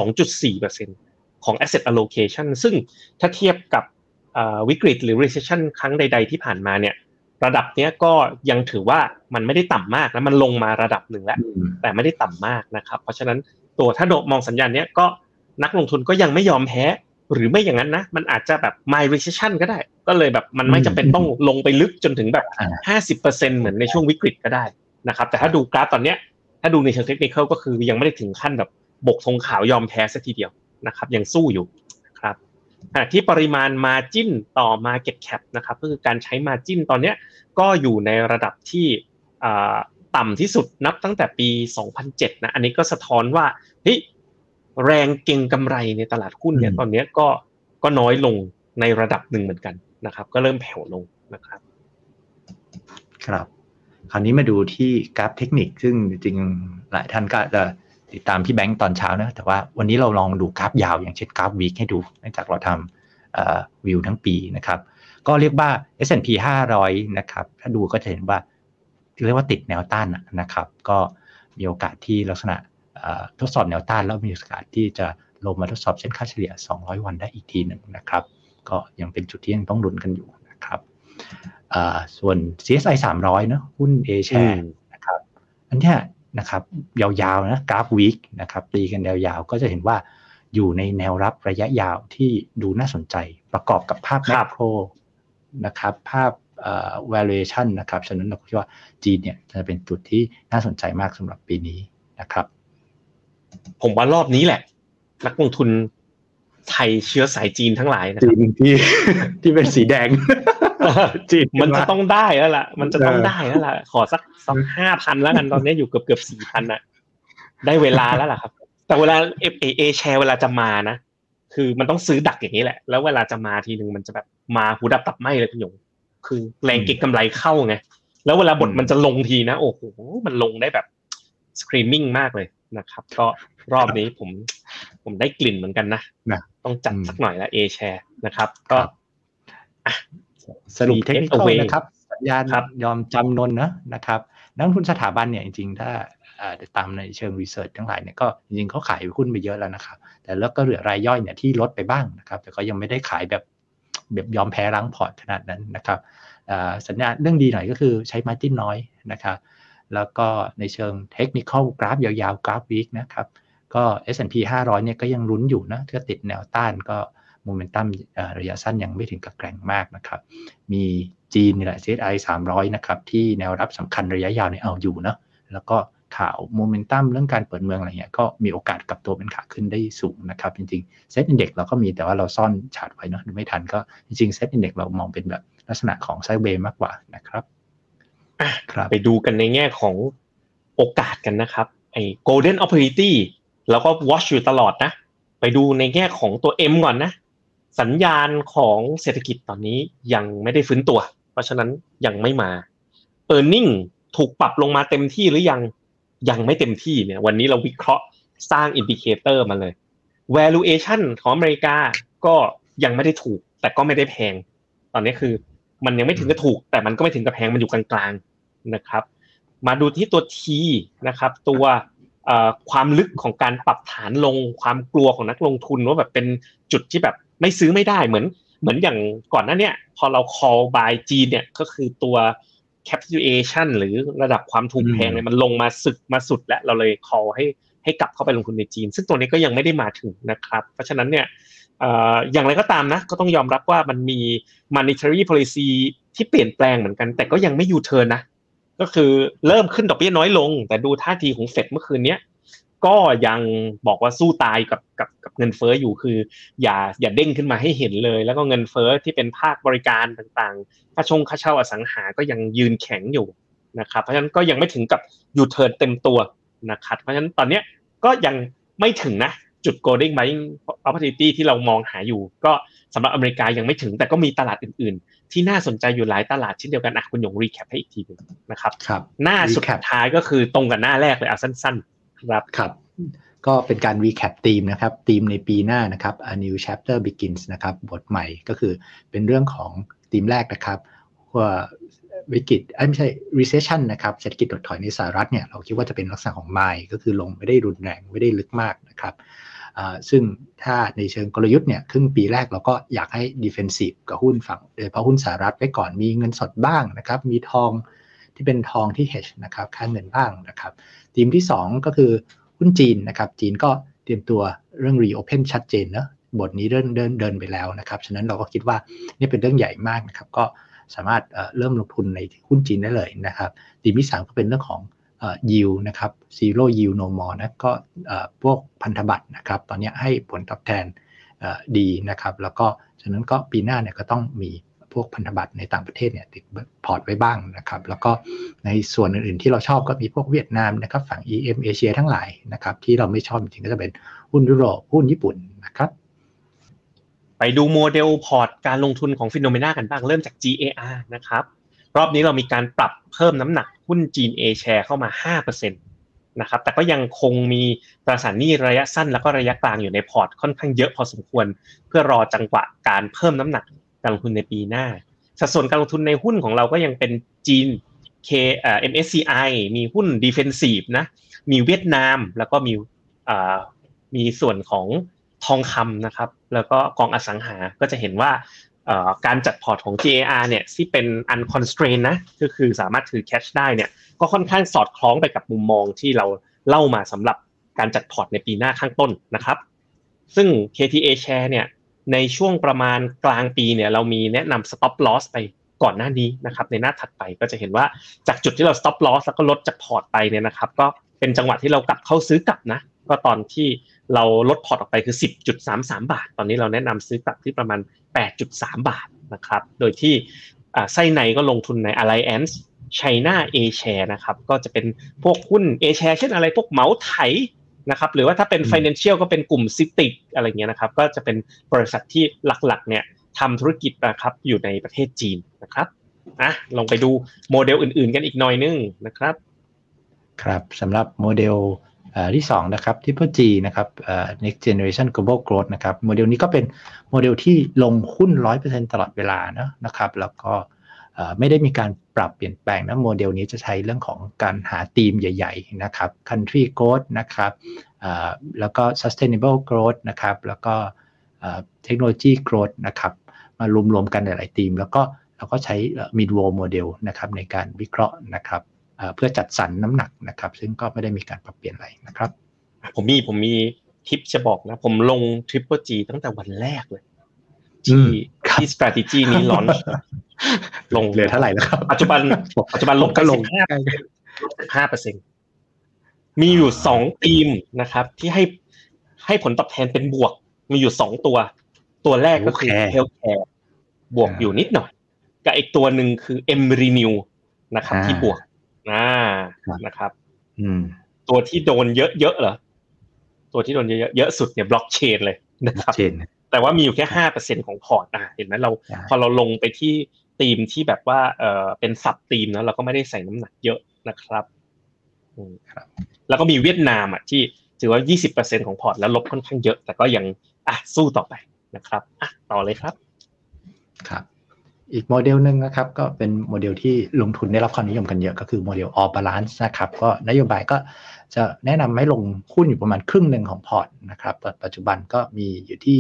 62.4% ของ asset allocation ซึ่งถ้าเทียบกับวิกฤตหรือ recession ครั้งใดๆที่ผ่านมาเนี่ยระดับเนี้ยก็ยังถือว่ามันไม่ได้ต่ำมากนะมันลงมาระดับหนึ่งแล้วแต่ไม่ได้ต่ำมากนะครับเพราะฉะนั้นตัวถ้าโดมองสัญญาณเนี้ยก็นักลงทุนก็ยังไม่ยอมแพ้หรือไม่อย่างนั้นนะมันอาจจะแบบ mild recession ก็ได้ก็เลยแบบมันไม่จำเป็นต้องลงไปลึกจนถึงแบบ 50% เหมือนในช่วงวิกฤตก็ได้นะครับแต่ถ้าดูกราฟตอนเนี้ยถ้าดูในเชิงเทคนิคก็คือยังไม่ได้ถึงขั้นแบบบกธงขาวยอมแพ้ซะทีเดียวนะครับยังสู้อยู่ครับที่ปริมาณ margin ต่อ market cap นะครับก็คือการใช้ margin ตอนเนี้ยก็อยู่ในระดับที่ต่ำที่สุดนับตั้งแต่ปี 2007 นะอันนี้ก็สะท้อนว่าเฮ้ยแรงเก็งกำไรในตลาดหุ้นเนี่ยตอนนี้ก็น้อยลงในระดับหนึ่งเหมือนกันนะครับก็เริ่มแผ่วลงนะครับครับคราวนี้มาดูที่กราฟเทคนิคซึ่งจริงๆหลายท่านก็จะติดตามพี่แบงค์ตอนเช้านะแต่ว่าวันนี้เราลองดูกราฟยาวอย่างเช่นกราฟวีคให้ดูเนื่องจากเราทำวิวทั้งปีนะครับก็เรียกว่า S&P 500นะครับถ้าดูก็จะเห็นว่าเรียกว่าติดแนวต้านนะครับก็มีโอกาสที่ลักษณะทดสอบแนวต้านแล้วมีโอกาสที่จะลงมาทดสอบเส้นค่าเฉลี่ย200วันได้อีกทีหนึ่งนะครับก็ยังเป็นจุดที่ยังต้องลุ้นกันอยู่นะครับส่วน CSI 300เนอะหุ้น A share นะครับอันเนี้ยนะครับยาวๆนะกราฟวีคนะครับตีกันยาวๆก็จะเห็นว่าอยู่ในแนวรับระยะยาวที่ดูน่าสนใจประกอบกับภาพแมคโครนะครับภาพvaluation นะครับฉะนั้นเราคิดว่าจีนเนี่ยจะเป็นจุดที่น่าสนใจมากสำหรับปีนี้นะครับผมว่ารอบนี้แหละนักลงทุนไทยเชื้อสายจีนทั้งหลายนะครับจีนที่เป็นสีแดงจีนมันจะต้องได้แล้วล่ะมันจะต้องได้แล้วล่ะขอสัก 5,000 แล้วกันตอนนี้อยู่เกือบ 4,000 น่ะได้เวลาแล้วล่ะครับแต่เวลา A share เวลาจะมานะคือมันต้องซื้อดักอย่างนี้แหละแล้วเวลาจะมาทีนึงมันจะแบบมาหูดับตับไหม้เลยคุณหยงคือแรงเก็งกำไรเข้าไงแล้วเวลาบทมันจะลงทีนะโอ้โหมันลงได้แบบสครีมมิ่งมากเลยนะครับก็รอบนี้ผมได้กลิ่นเหมือนกันนะต้องจัดสักหน่อยละ A share นะครับก็สรุปเทคนิคนะครับสัญญาณยอมจำนนนะครับนักลงทุนสถาบันเนี่ยจริงๆถ้าตามในเชิงรีเสิร์ชทั้งหลายเนี่ยก็จริงๆเขาขายหุ้นไปเยอะแล้วนะครับแต่แล้วก็เหลือรายย่อยเนี่ยที่ลดไปบ้างนะครับแต่ก็ยังไม่ได้ขายแบบยอมแพ้ล้างพอร์ตขนาดนั้นนะครับสัญญาณเรื่องดีหน่อยก็คือใช้ margin น้อยนะครับแล้วก็ในเชิงเทคนิคอลกราฟยาวๆกราฟวีคนะครับก็ S&P 500เนี่ยก็ยังลุ้นอยู่นะถ้าติดแนวต้านก็โมเมนตัมระยะสั้นยังไม่ถึงกับแกร่งมากนะครับมีจีนนี่แหละ CSI 300นะครับที่แนวรับสำคัญระยะยาวเนี่ยเอาอยู่นะแล้วก็ข่าวโมเมนตัมเรื่องการเปิดเมืองอะไรเงี้ยก็มีโอกาสกลับตัวเป็นขาขึ้นได้สูงนะครับจริงๆ Set Index เราก็มีแต่ว่าเราซ่อนชาร์ตไว้เนาะดูไม่ทันก็จริงๆ Set Index เรามองเป็นแบบลักษณะของไซด์เวย์มากกว่านะครับไปดูกันในแง่ของโอกาสกันนะครับไอ้ Golden Opportunity แล้วก็ watch อยู่ตลอดนะไปดูในแง่ของตัว M ก่อนนะสัญญาณของเศรษฐกิจตอนนี้ยังไม่ได้ฟื้นตัวเพราะฉะนั้นยังไม่มา Earning ถูกปรับลงมาเต็มที่หรือยังไม่เต็มที่เนี่ยวันนี้เราวิเคราะห์สร้างอินดิเคเตอร์มาเลย valuation ของอเมริกาก็ยังไม่ได้ถูกแต่ก็ไม่ได้แพงตอนนี้คือมันยังไม่ถึงกับถูกแต่มันก็ไม่ถึงกับแพงมันอยู่กลางๆนะครับมาดูที่ตัว T นะครับตัวความลึกของการปรับฐานลงความกลัวของนักลงทุนว่าแบบเป็นจุดที่แบบไม่ซื้อไม่ได้เหมือนอย่างก่อนหน้านี้พอเรา call buy จีนเนี่ยก็คือตัว capitulation หรือระดับความถูกแพงเนี่ยมันลงมาสุดแล้วเราเลย call ให้กลับเข้าไปลงทุนในจีนซึ่งตัวนี้ก็ยังไม่ได้มาถึงนะครับเพราะฉะนั้นเนี่ยอย่างไรก็ตามนะก็ต้องยอมรับว่ามันมี monetary policy ที่เปลี่ยนแปลงเหมือนกันแต่ก็ยังไม่ U-turn นะก็คือเริ่มขึ้นดอกเบี้ยน้อยลงแต่ดูท่าทีของเฟดเมื่อคืนนี้ก็ยังบอกว่าสู้ตายกับเงินเฟ้ออยู่คืออย่าเด้งขึ้นมาให้เห็นเลยแล้วก็เงินเฟ้อที่เป็นภาคบริการต่างๆค่าเช่าอสังหาก็ยังยืนแข็งอยู่นะครับเพราะฉะนั้นก็ยังไม่ถึงกับ U-turn เต็มตัวนะครับเพราะฉะนั้นตอนนี้ก็ยังไม่ถึงนะจุด golden buying opportunity ที่เรามองหาอยู่ก็สำหรับอเมริกายังไม่ถึงแต่ก็มีตลาดอื่นๆที่น่าสนใจอยู่หลายตลาดเช่นเดียวกันคุณหยงรีแคปให้อีกทีนึงนะครับหน้าสุดท้ายก็คือตรงกับหน้าแรกเลยสั้นๆครับก็เป็นการ recap ธีมนะครับธีมในปีหน้านะครับ A new chapter begins นะครับบทใหม่ก็คือเป็นเรื่องของธีมแรกนะครับว่าวิกฤตไม่ใช่ recession นะครับเศรษฐกิจถดถอยในสหรัฐเนี่ยเราคิดว่าจะเป็นลักษณะของ mild ก็คือลงไม่ได้รุนแรงไม่ได้ลึกมากนะครับซึ่งถ้าในเชิงกลยุทธ์เนี่ยครึ่งปีแรกเราก็อยากให้ defensive กับหุ้นฝั่งโดยเฉพาะหุ้นสหรัฐไว้ก่อนมีเงินสดบ้างนะครับมีทองที่เป็นทองที่ hedge นะครับค่าเงินบ้างนะครับธีมที่2ก็คือหุ้นจีนนะครับจีนก็เตรียมตัวเรื่อง reopen ชัดเจนนะบทนี้เดินไปแล้วนะครับฉะนั้นเราก็คิดว่านี่เป็นเรื่องใหญ่มากนะครับก็สามารถเริ่มลงทุนในหุ้นจีนได้เลยนะครับธีมที่3ก็เป็นเรื่องของyield นะครับ zero yield no more นะก็พวกพันธบัตรนะครับตอนนี้ให้ผลตอบแทนดีนะครับแล้วก็ฉะนั้นก็ปีหน้าเนี่ยก็ต้องมีพวกพันธบัตรในต่างประเทศเนี่ยติดพอร์ตไว้บ้างนะครับแล้วก็ในส่วนอื่นๆที่เราชอบก็มีพวกเวียดนามนะครับฝั่ง EM เอเชียทั้งหลายนะครับที่เราไม่ชอบจริงๆก็จะเป็นหุ้นยุโรปหุ้นญี่ปุ่นนะครับไปดูโมเดลพอร์ตการลงทุนของ Phenomena กันบ้างเริ่มจาก GAR นะครับรอบนี้เรามีการปรับเพิ่มน้ำหนักหุ้นจีน A share เข้ามา 5% นะครับแต่ก็ยังคงมีตราสารหนี้ระยะสั้นแล้วก็ระยะกลางอยู่ในพอร์ตค่อนข้างเยอะพอสมควรเพื่อรอจังหวะการเพิ่มน้ำหนักการลงทุนในปีหน้าสัดส่วนการลงทุนในหุ้นของเราก็ยังเป็นจีน MSCI มีหุ้น Defensive นะมีเวียดนามแล้วก็มีส่วนของทองคำนะครับแล้วก็กองอสังหาก็จะเห็นว่าการจัดพอร์ตของ GAR เนี่ยที่เป็น unconstrained นะก็คือสามารถถือ cash ได้เนี่ยก็ค่อนข้างสอดคล้องไปกับมุมมองที่เราเล่ามาสำหรับการจัดพอร์ตในปีหน้าข้างต้นนะครับซึ่ง KTA share เนี่ยในช่วงประมาณกลางปีเนี่ยเรามีแนะนำ stop loss ไปก่อนหน้านี้นะครับในหน้าถัดไปก็จะเห็นว่าจากจุดที่เรา stop loss แล้วก็ลดจากพอร์ตไปเนี่ยนะครับก็เป็นจังหวะที่เรากลับเข้าซื้อกลับนะก็ตอนที่เราลดพอร์ตออกไปคือ 10.33 บาทตอนนี้เราแนะนำซื้อกลับที่ประมาณ 8.3 บาทนะครับโดยที่ไส้ในก็ลงทุนใน Alliance China A Share นะครับก็จะเป็นพวกหุ้น A Share เช่นอะไรพวกเหมาไถนะครับหรือว่าถ้าเป็น Financial ก็เป็นกลุ่ม Citic อะไรเงี้ยนะครับก็จะเป็นบริษัทที่หลักๆเนี่ยทำธุรกิจนะครับอยู่ในประเทศจีนนะครับลองไปดูโมเดลอื่นๆกันอีกหน่อยนึงนะครับครับสำหรับโมเดลที่2นะครับ Triple G นะครับNext Generation Global Growth นะครับโมเดลนี้ก็เป็นโมเดลที่ลงหุ้น 100% ตลอดเวลานะครับแล้วก็ไม่ได้มีการปรับเปลี่ยนแปลงนะโมเดลนี้จะใช้เรื่องของการหาธีมใหญ่ๆนะครับ Country Growth นะครับแล้วก็ Sustainable Growth นะครับแล้วก็Technology Growth นะครับมารวมๆกันหลายๆธีมแล้วก็เราก็ใช้ Mid-World Model นะครับในการวิเคราะห์นะครับเพื่อจัดสรรน้ำหนักนะครับซึ่งก็ไม่ได้มีการปรับเปลี่ยนอะไรนะครับผมมีทิปจะบอกนะผมลง Triple G ตั้งแต่วันแรกเลยที่ strategy นี้ launch ลงเหลือเท่าไหร่แล้วครับปัจจุบันลบก็ลง 15%มีอยู่2ทีมนะครับที่ให้ผลตอบแทนเป็นบวกมีอยู่2ตัวแรกก็คือ Healthcare บวกอยู่นิดหน่อยกับอีกตัวนึงคือ M-Renew นะครับที่บวกนะครับตัวที่โดนเยอะๆเหรอตัวที่โดนเยอะสุดเนี่ยบล็อกเชนเลยนะครับแต่ว่ามีอยู่แค่ 5% ของพอร์ตเห็นไหมเราพอเราลงไปที่ทีมที่แบบว่าเป็นซับทีมนะเราก็ไม่ได้ใส่น้ำหนักเยอะนะครับแล้วก็มีเวียดนามที่ถือว่า 20% ของพอร์ตแล้วลบค่อนข้างเยอะแต่ก็ยังสู้ต่อไปนะครับต่อเลยครับครับอีกโมเดลนึงนะครับก็เป็นโมเดลที่ลงทุนได้รับความนิยมกันเยอะก็คือโมเดล All Balance นะครับก็นโยบายก็จะแนะนำให้ลงหุ้นอยู่ประมาณครึ่งนึงของพอร์ตนะครับปัจจุบันก็มีอยู่ที่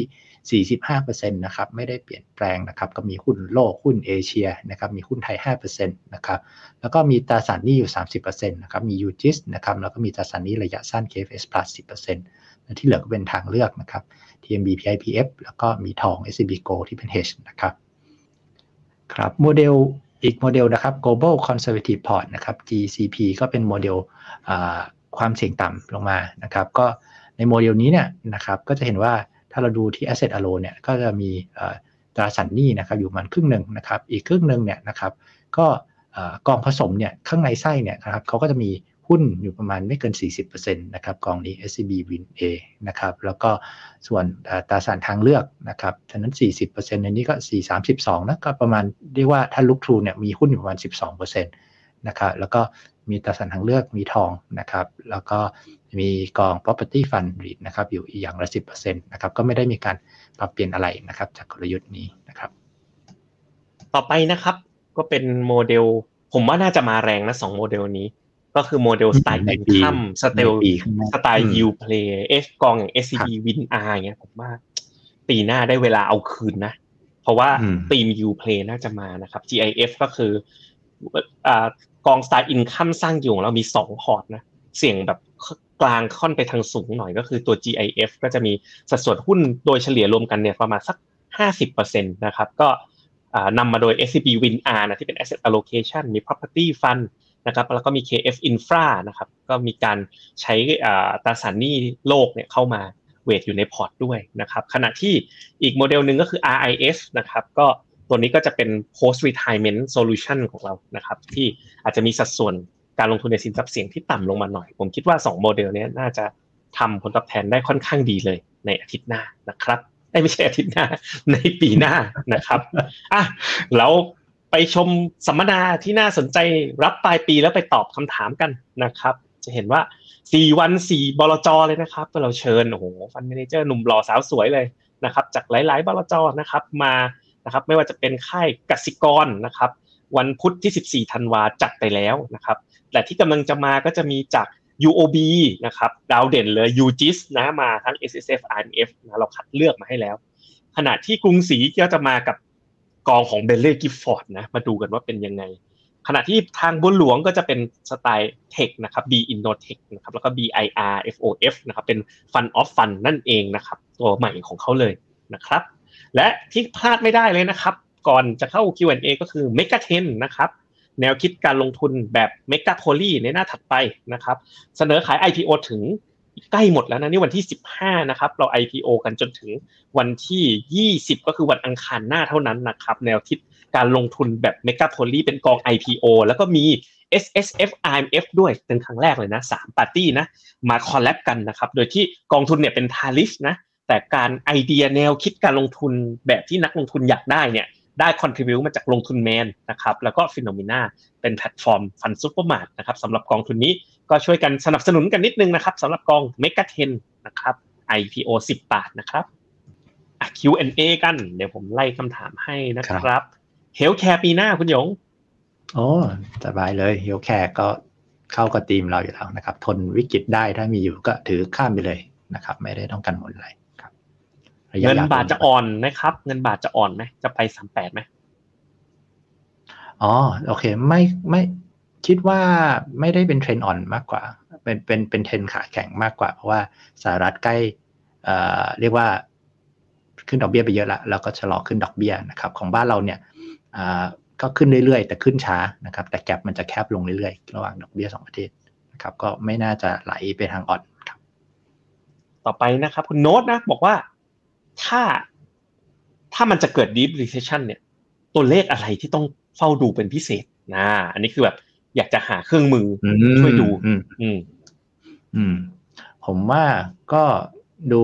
45% นะครับไม่ได้เปลี่ยนแปลงนะครับก็มีหุ้นโลกหุ้นเอเชียนะครับมีหุ้นไทย 5% นะครับแล้วก็มีตราสารหนี้อยู่ 30% นะครับมี UGIS นะครับแล้วก็มีตราสารหนี้ระยะสั้น KFS Plus 10% และที่เหลือก็เป็นทางเลือกนะครับ TMB PIPF แล้วก็มีทอง SCB Gold ที่เป็น hedge นะครับครับโมเดลอีกโมเดลนะครับ Global Conservative Port นะครับ GCP ก็เป็นโมเดลความเสี่ยงต่ำลงมานะครับก็ในโมเดลนี้เนี่ยนะครับก็จะเห็นว่าถ้าเราดูที่ Asset Allo เนี่ยก็จะมีตราสารหนี้นะครับอยู่ประมาณครึ่งนึงนะครับอีกครึ่งนึงเนี่ยนะครับก็กองผสมเนี่ยข้างในไส้เนี่ยนะครับเขาก็จะมีหุ้นอยู่ประมาณไม่เกิน 40% นะครับกองนี้ SCB Win A นะครับแล้วก็ส่วนตราสารทางเลือกนะครับฉะนั้น 40% ในนี้ก็432นะก็ประมาณเรียกว่าถ้า Look Through เนี่ยมีหุ้นอยู่ประมาณ 12% นะครับแล้วก็มีตราสารทางเลือกมีทองนะครับแล้วก็มีกอง property fund REIT นะครับอยู่อีกอย่างละ 10% นะครับก็ไม่ได้มีการปรับเปลี่ยนอะไรนะครับจากกลยุทธ์นี้นะครับต่อไปนะครับก็เป็นโมเดลผมว่าน่าจะมาแรงนะ2โมเดลนี้ก็คือโมเดลสไตล์ Income สไตล์ Yield Playกองอย่าง SCB Win R เงี้ยผมว่าปีหน้าได้เวลาเอาคืนนะเพราะว่าทีม Yield Play น่าจะมานะครับ GIF ก็คือกอง Style Income สร้างอยู่ของเรามี2พอร์ตนะเสี่ยงแบบกลางค่อนไปทางสูงหน่อยก็คือตัว GIF ก็จะมีสัดส่วนหุ้นโดยเฉลี่ยรวมกันเนี่ยประมาณสัก 50% นะครับก็นำมาโดย SCB Win R นะที่เป็น Asset Allocation มี Property Fund นะครับแล้วก็มี KF Infra นะครับก็มีการใช้ตราสารหนี้โลกเนี่ยเข้ามาเวทอยู่ในพอร์ตด้วยนะครับขณะที่อีกโมเดลหนึ่งก็คือ RIS นะครับก็ตัวนี้ก็จะเป็น Post Retirement Solution ของเรานะครับที่อาจจะมีสัดส่วนการลงทุนในสินทรัพย์เสี่ยงที่ต่ำลงมาหน่อยผมคิดว่า2โมเดลนี้น่าจะทำผลตอบแทนได้ค่อนข้างดีเลยในอาทิตย์หน้านะครับไม่ใช่อาทิตย์หน้าในปีหน้านะครับแล้วไปชมสัมมนาที่น่าสนใจรับปลายปีแล้วไปตอบคำถามกันนะครับจะเห็นว่า4วัน4บลจ.เลยนะครับเราเชิญฟันด์แมเนเจอร์หนุ่มหล่อสาวสวยเลยนะครับจากหลายๆบลจ.นะครับมานะครับไม่ว่าจะเป็นค่ายกสิกรนะครับวันพุธที่14ธันวาจัดไปแล้วนะครับแต่ที่กำลังจะมาก็จะมีจาก UOB นะครับดาวเด่นเลย UGIS นะมาทั้ง SSF RMF นะเราคัดเลือกมาให้แล้วขณะที่กรุงศรีก็จะมากับกองของเบลเล่กิฟฟอร์ดนะมาดูกันว่าเป็นยังไงขณะที่ทางบัวหลวงก็จะเป็นสไตล์เทคนะครับ B Innotech นะครับแล้วก็ BIR FOF นะครับเป็น Fund of Fund นั่นเองนะครับตัวใหม่ของเขาเลยนะครับและที่พลาดไม่ได้เลยนะครับก่อนจะเข้า Q&A ก็คือ Mega 10นะครับแนวคิดการลงทุนแบบ Mega Poly ในหน้าถัดไปนะครับเสนอขาย IPO ถึงใกล้หมดแล้วนะนี่วันที่15นะครับเรา IPO กันจนถึงวันที่20ก็คือวันอังคารหน้าเท่านั้นนะครับแนวคิดการลงทุนแบบ Mega Poly เป็นกอง IPO แล้วก็มี SSF RMF ด้วยเป็นครั้งแรกเลยนะ3ปาร์ตี้นะมาคอลแลบกันนะครับโดยที่กองทุนเนี่ยเป็น Talis นะแต่การไอเดียแนวคิดการลงทุนแบบที่นักลงทุนอยากได้เนี่ยได้ contribute มาจากลงทุนแมนนะครับแล้วก็ Phenomena เป็นแพลตฟอร์มฟันซุปเปอร์มาร์ทนะครับสำหรับกองทุนนี้ก็ช่วยกันสนับสนุนกันนิดนึงนะครับสำหรับกอง Mega 10นะครับ IPO 10 บาทนะครับQ&A กันเดี๋ยวผมไล่คำถามให้นะครับเฮลท์แคร์ปีหน้าคุณหยงสบายเลยเฮลท์แคร์ก็เข้ากับทีมเราอยู่แล้วนะครับทนวิกฤตได้ถ้ามีอยู่ก็ถือข้ามไปเลยนะครับไม่ได้ต้องกังวลอะไรครับเงินบาทจะอ่อนไหมครับเงินบาทจะอ่อนไหมจะไป38ไหมโอเคคิดว่าไม่ได้เป็นเทรนด์อ่อนมากกว่าเป็นเทรนด์ขาแข็งมากกว่าเพราะว่าสหรัฐใกล้เรียกว่าขึ้นดอกเบี้ยไปเยอะแล้วก็ชะลอขึ้นดอกเบี้ยนะครับของบ้านเราเนี่ยก็ขึ้นเรื่อยๆแต่ขึ้นช้านะครับแต่แกปมันจะแคบลงเรื่อยๆระหว่างดอกเบี้ย2ประเทศนะครับก็ไม่น่าจะไหลไปทางอ่อนครับต่อไปนะครับคุณโน้ตนะบอกว่าถ้ามันจะเกิด deep recession เนี่ยตัวเลขอะไรที่ต้องเฝ้าดูเป็นพิเศษอันนี้คือแบบอยากจะหาเครื่องมือช่วยดูผมว่าก็ดู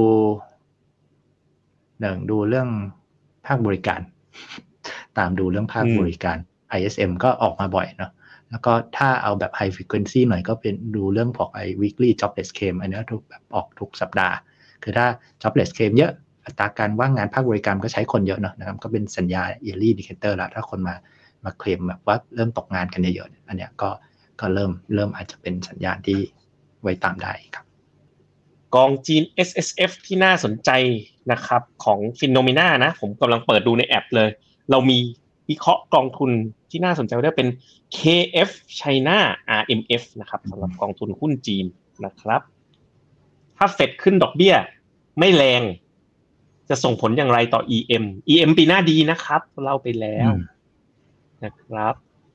เรื่องภาคบริการตามดูเรื่องภาคบริการ ISM ก็ออกมาบ่อยเนาะแล้วก็ถ้าเอาแบบ high frequency หน่อยก็เป็นดูเรื่องของweekly jobless claim อันนี้ทุกแบบออกทุกสัปดาห์คือถ้า jobless claim เยอะอัตราการว่างงานภาคบริการก็ใช้คนเยอะเนาะนะครับก็เป็นสัญญา yearly indicator แล้วถ้าคนมาเคลมแบบว่าเริ่มตกงานกันเยอะๆอันเนี้ยก็เริ่มอาจจะเป็นสัญญาณที่ไว้ตามได้ครับกองจีน SSF ที่น่าสนใจนะครับของ Phenomena นะผมกำลังเปิดดูในแอปเลยเรามีวิเคราะห์กองทุนที่น่าสนใจได้เป็น KF China RMF นะครับสำหรับกองทุนหุ้นจีนนะครับถ้าเฟดขึ้นดอกเบี้ยไม่แรงจะส่งผลอย่างไรต่อ EM ปีหน้าดีนะครับเล่าไปแล้วนะครับ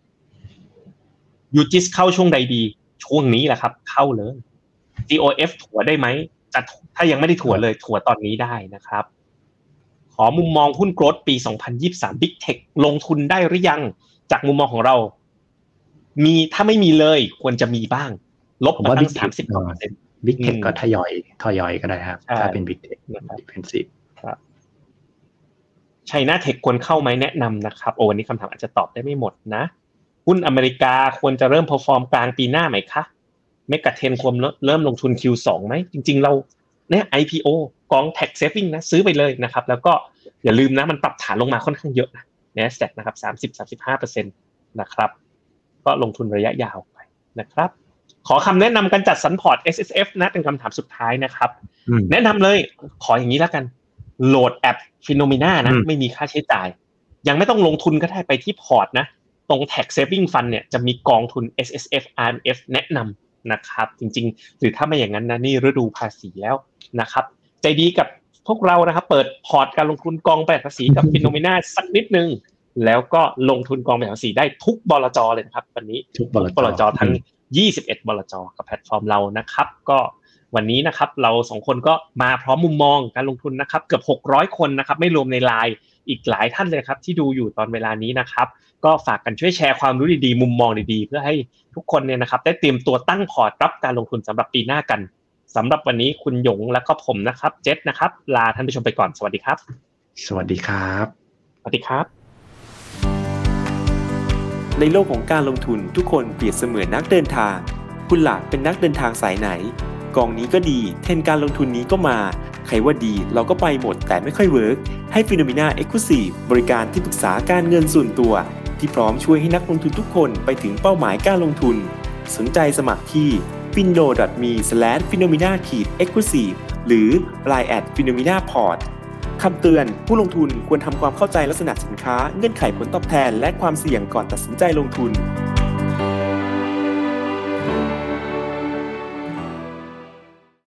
ยูจิสเข้าช่วงใดดีช่วงนี้แหละครับเข้าเลย COF ถัวได้ไหมถ้ายังไม่ได้ถัวเลยถัวตอนนี้ได้นะครับขอมุมมองหุ้นโกรทปี2023 Big Tech ลงทุนได้หรือยังจากมุมมองของเราถ้าไม่มีเลยควรจะมีบ้างลบมาตั้ง 30% Big Tech ก็ทยอยก็ได้ครับถ้าเป็น Big Tech defensive ครับ China Tech ควรเข้าไหมแนะนำนะครับวันนี้คำถามอาจจะตอบได้ไม่หมดนะหุ้นอเมริกาควรจะเริ่ม perform กลางปีหน้าไหมคะเมกะเทรนด์ควรเริ่มลงทุน Q2 ไหมจริงๆเราเนี่ย IPO กอง tax saving นะซื้อไปเลยนะครับแล้วก็อย่าลืมนะมันปรับฐานลงมาค่อนข้างเยอะนะ Nasdaq นะครับ 30-35% นะครับก็ลงทุนระยะยาวไปนะครับขอคำแนะนำการจัดสรรพอร์ต SSF นะเป็นคำถามสุดท้ายนะครับแนะนำเลยขออย่างนี้แล้วกันโหลดแอป Phenomena นะไม่มีค่าใช้จ่ายยังไม่ต้องลงทุนก็ได้ไปที่พอร์ตนะตรง tax saving fund เนี่ยจะมีกองทุน SSF RMF แนะนำนะครับจริงๆหรือถ้าไม่อย่างนั้นนะนี่ฤดูภาษีแล้วนะครับใจดีกับพวกเรานะครับเปิดพอร์ตการลงทุนกองประหยัดภาษีกับ Phenomena สักนิดนึงแล้วก็ลงทุนกองประหยัดภาษีได้ทุกบลจ.เลยนะครับวันนี้ทุกบลจ.ทั้ง21บลจ.กับแพลตฟอร์มเรานะครับก็วันนี้นะครับเรา2คนก็มาพร้อมมุมมองการลงทุนนะครับเกือบ600คนนะครับไม่รวมใน LINE อีกหลายท่านเลยครับที่ดูอยู่ตอนเวลานี้นะครับก็ฝากกันช่วยแชร์ความรู้ดีๆมุมมองดีๆเพื่อให้ทุกคนเนี่ยนะครับได้เตรียมตัวตั้งพอร์ตรับการลงทุนสำหรับปีหน้ากันสำหรับวันนี้คุณหยงและก็ผมนะครับเจษนะครับลาท่านผู้ชมไปก่อนสวัสดีครับสวัสดีครับสวัสดีครับในโลกของการลงทุนทุกคนเปรียบเสมือนนักเดินทางคุณหลักเป็นนักเดินทางสายไหนกองนี้ก็ดีเทรนด์การลงทุนนี้ก็มาใครว่าดีเราก็ไปหมดแต่ไม่ค่อยเวิร์กให้ Phenomena Exclusive บริการที่ปรึกษาการเงินส่วนตัวที่พร้อมช่วยให้นักลงทุนทุกคนไปถึงเป้าหมายการลงทุนสนใจสมัครที่ fino.me/phenomena-exclusive หรือ line@ @phenomena-port คำเตือนผู้ลงทุนควรทำความเข้าใจลักษณะสินค้าเงื่อนไขผลตอบแทนและความเสี่ยงก่อนตัดสินใจลงทุน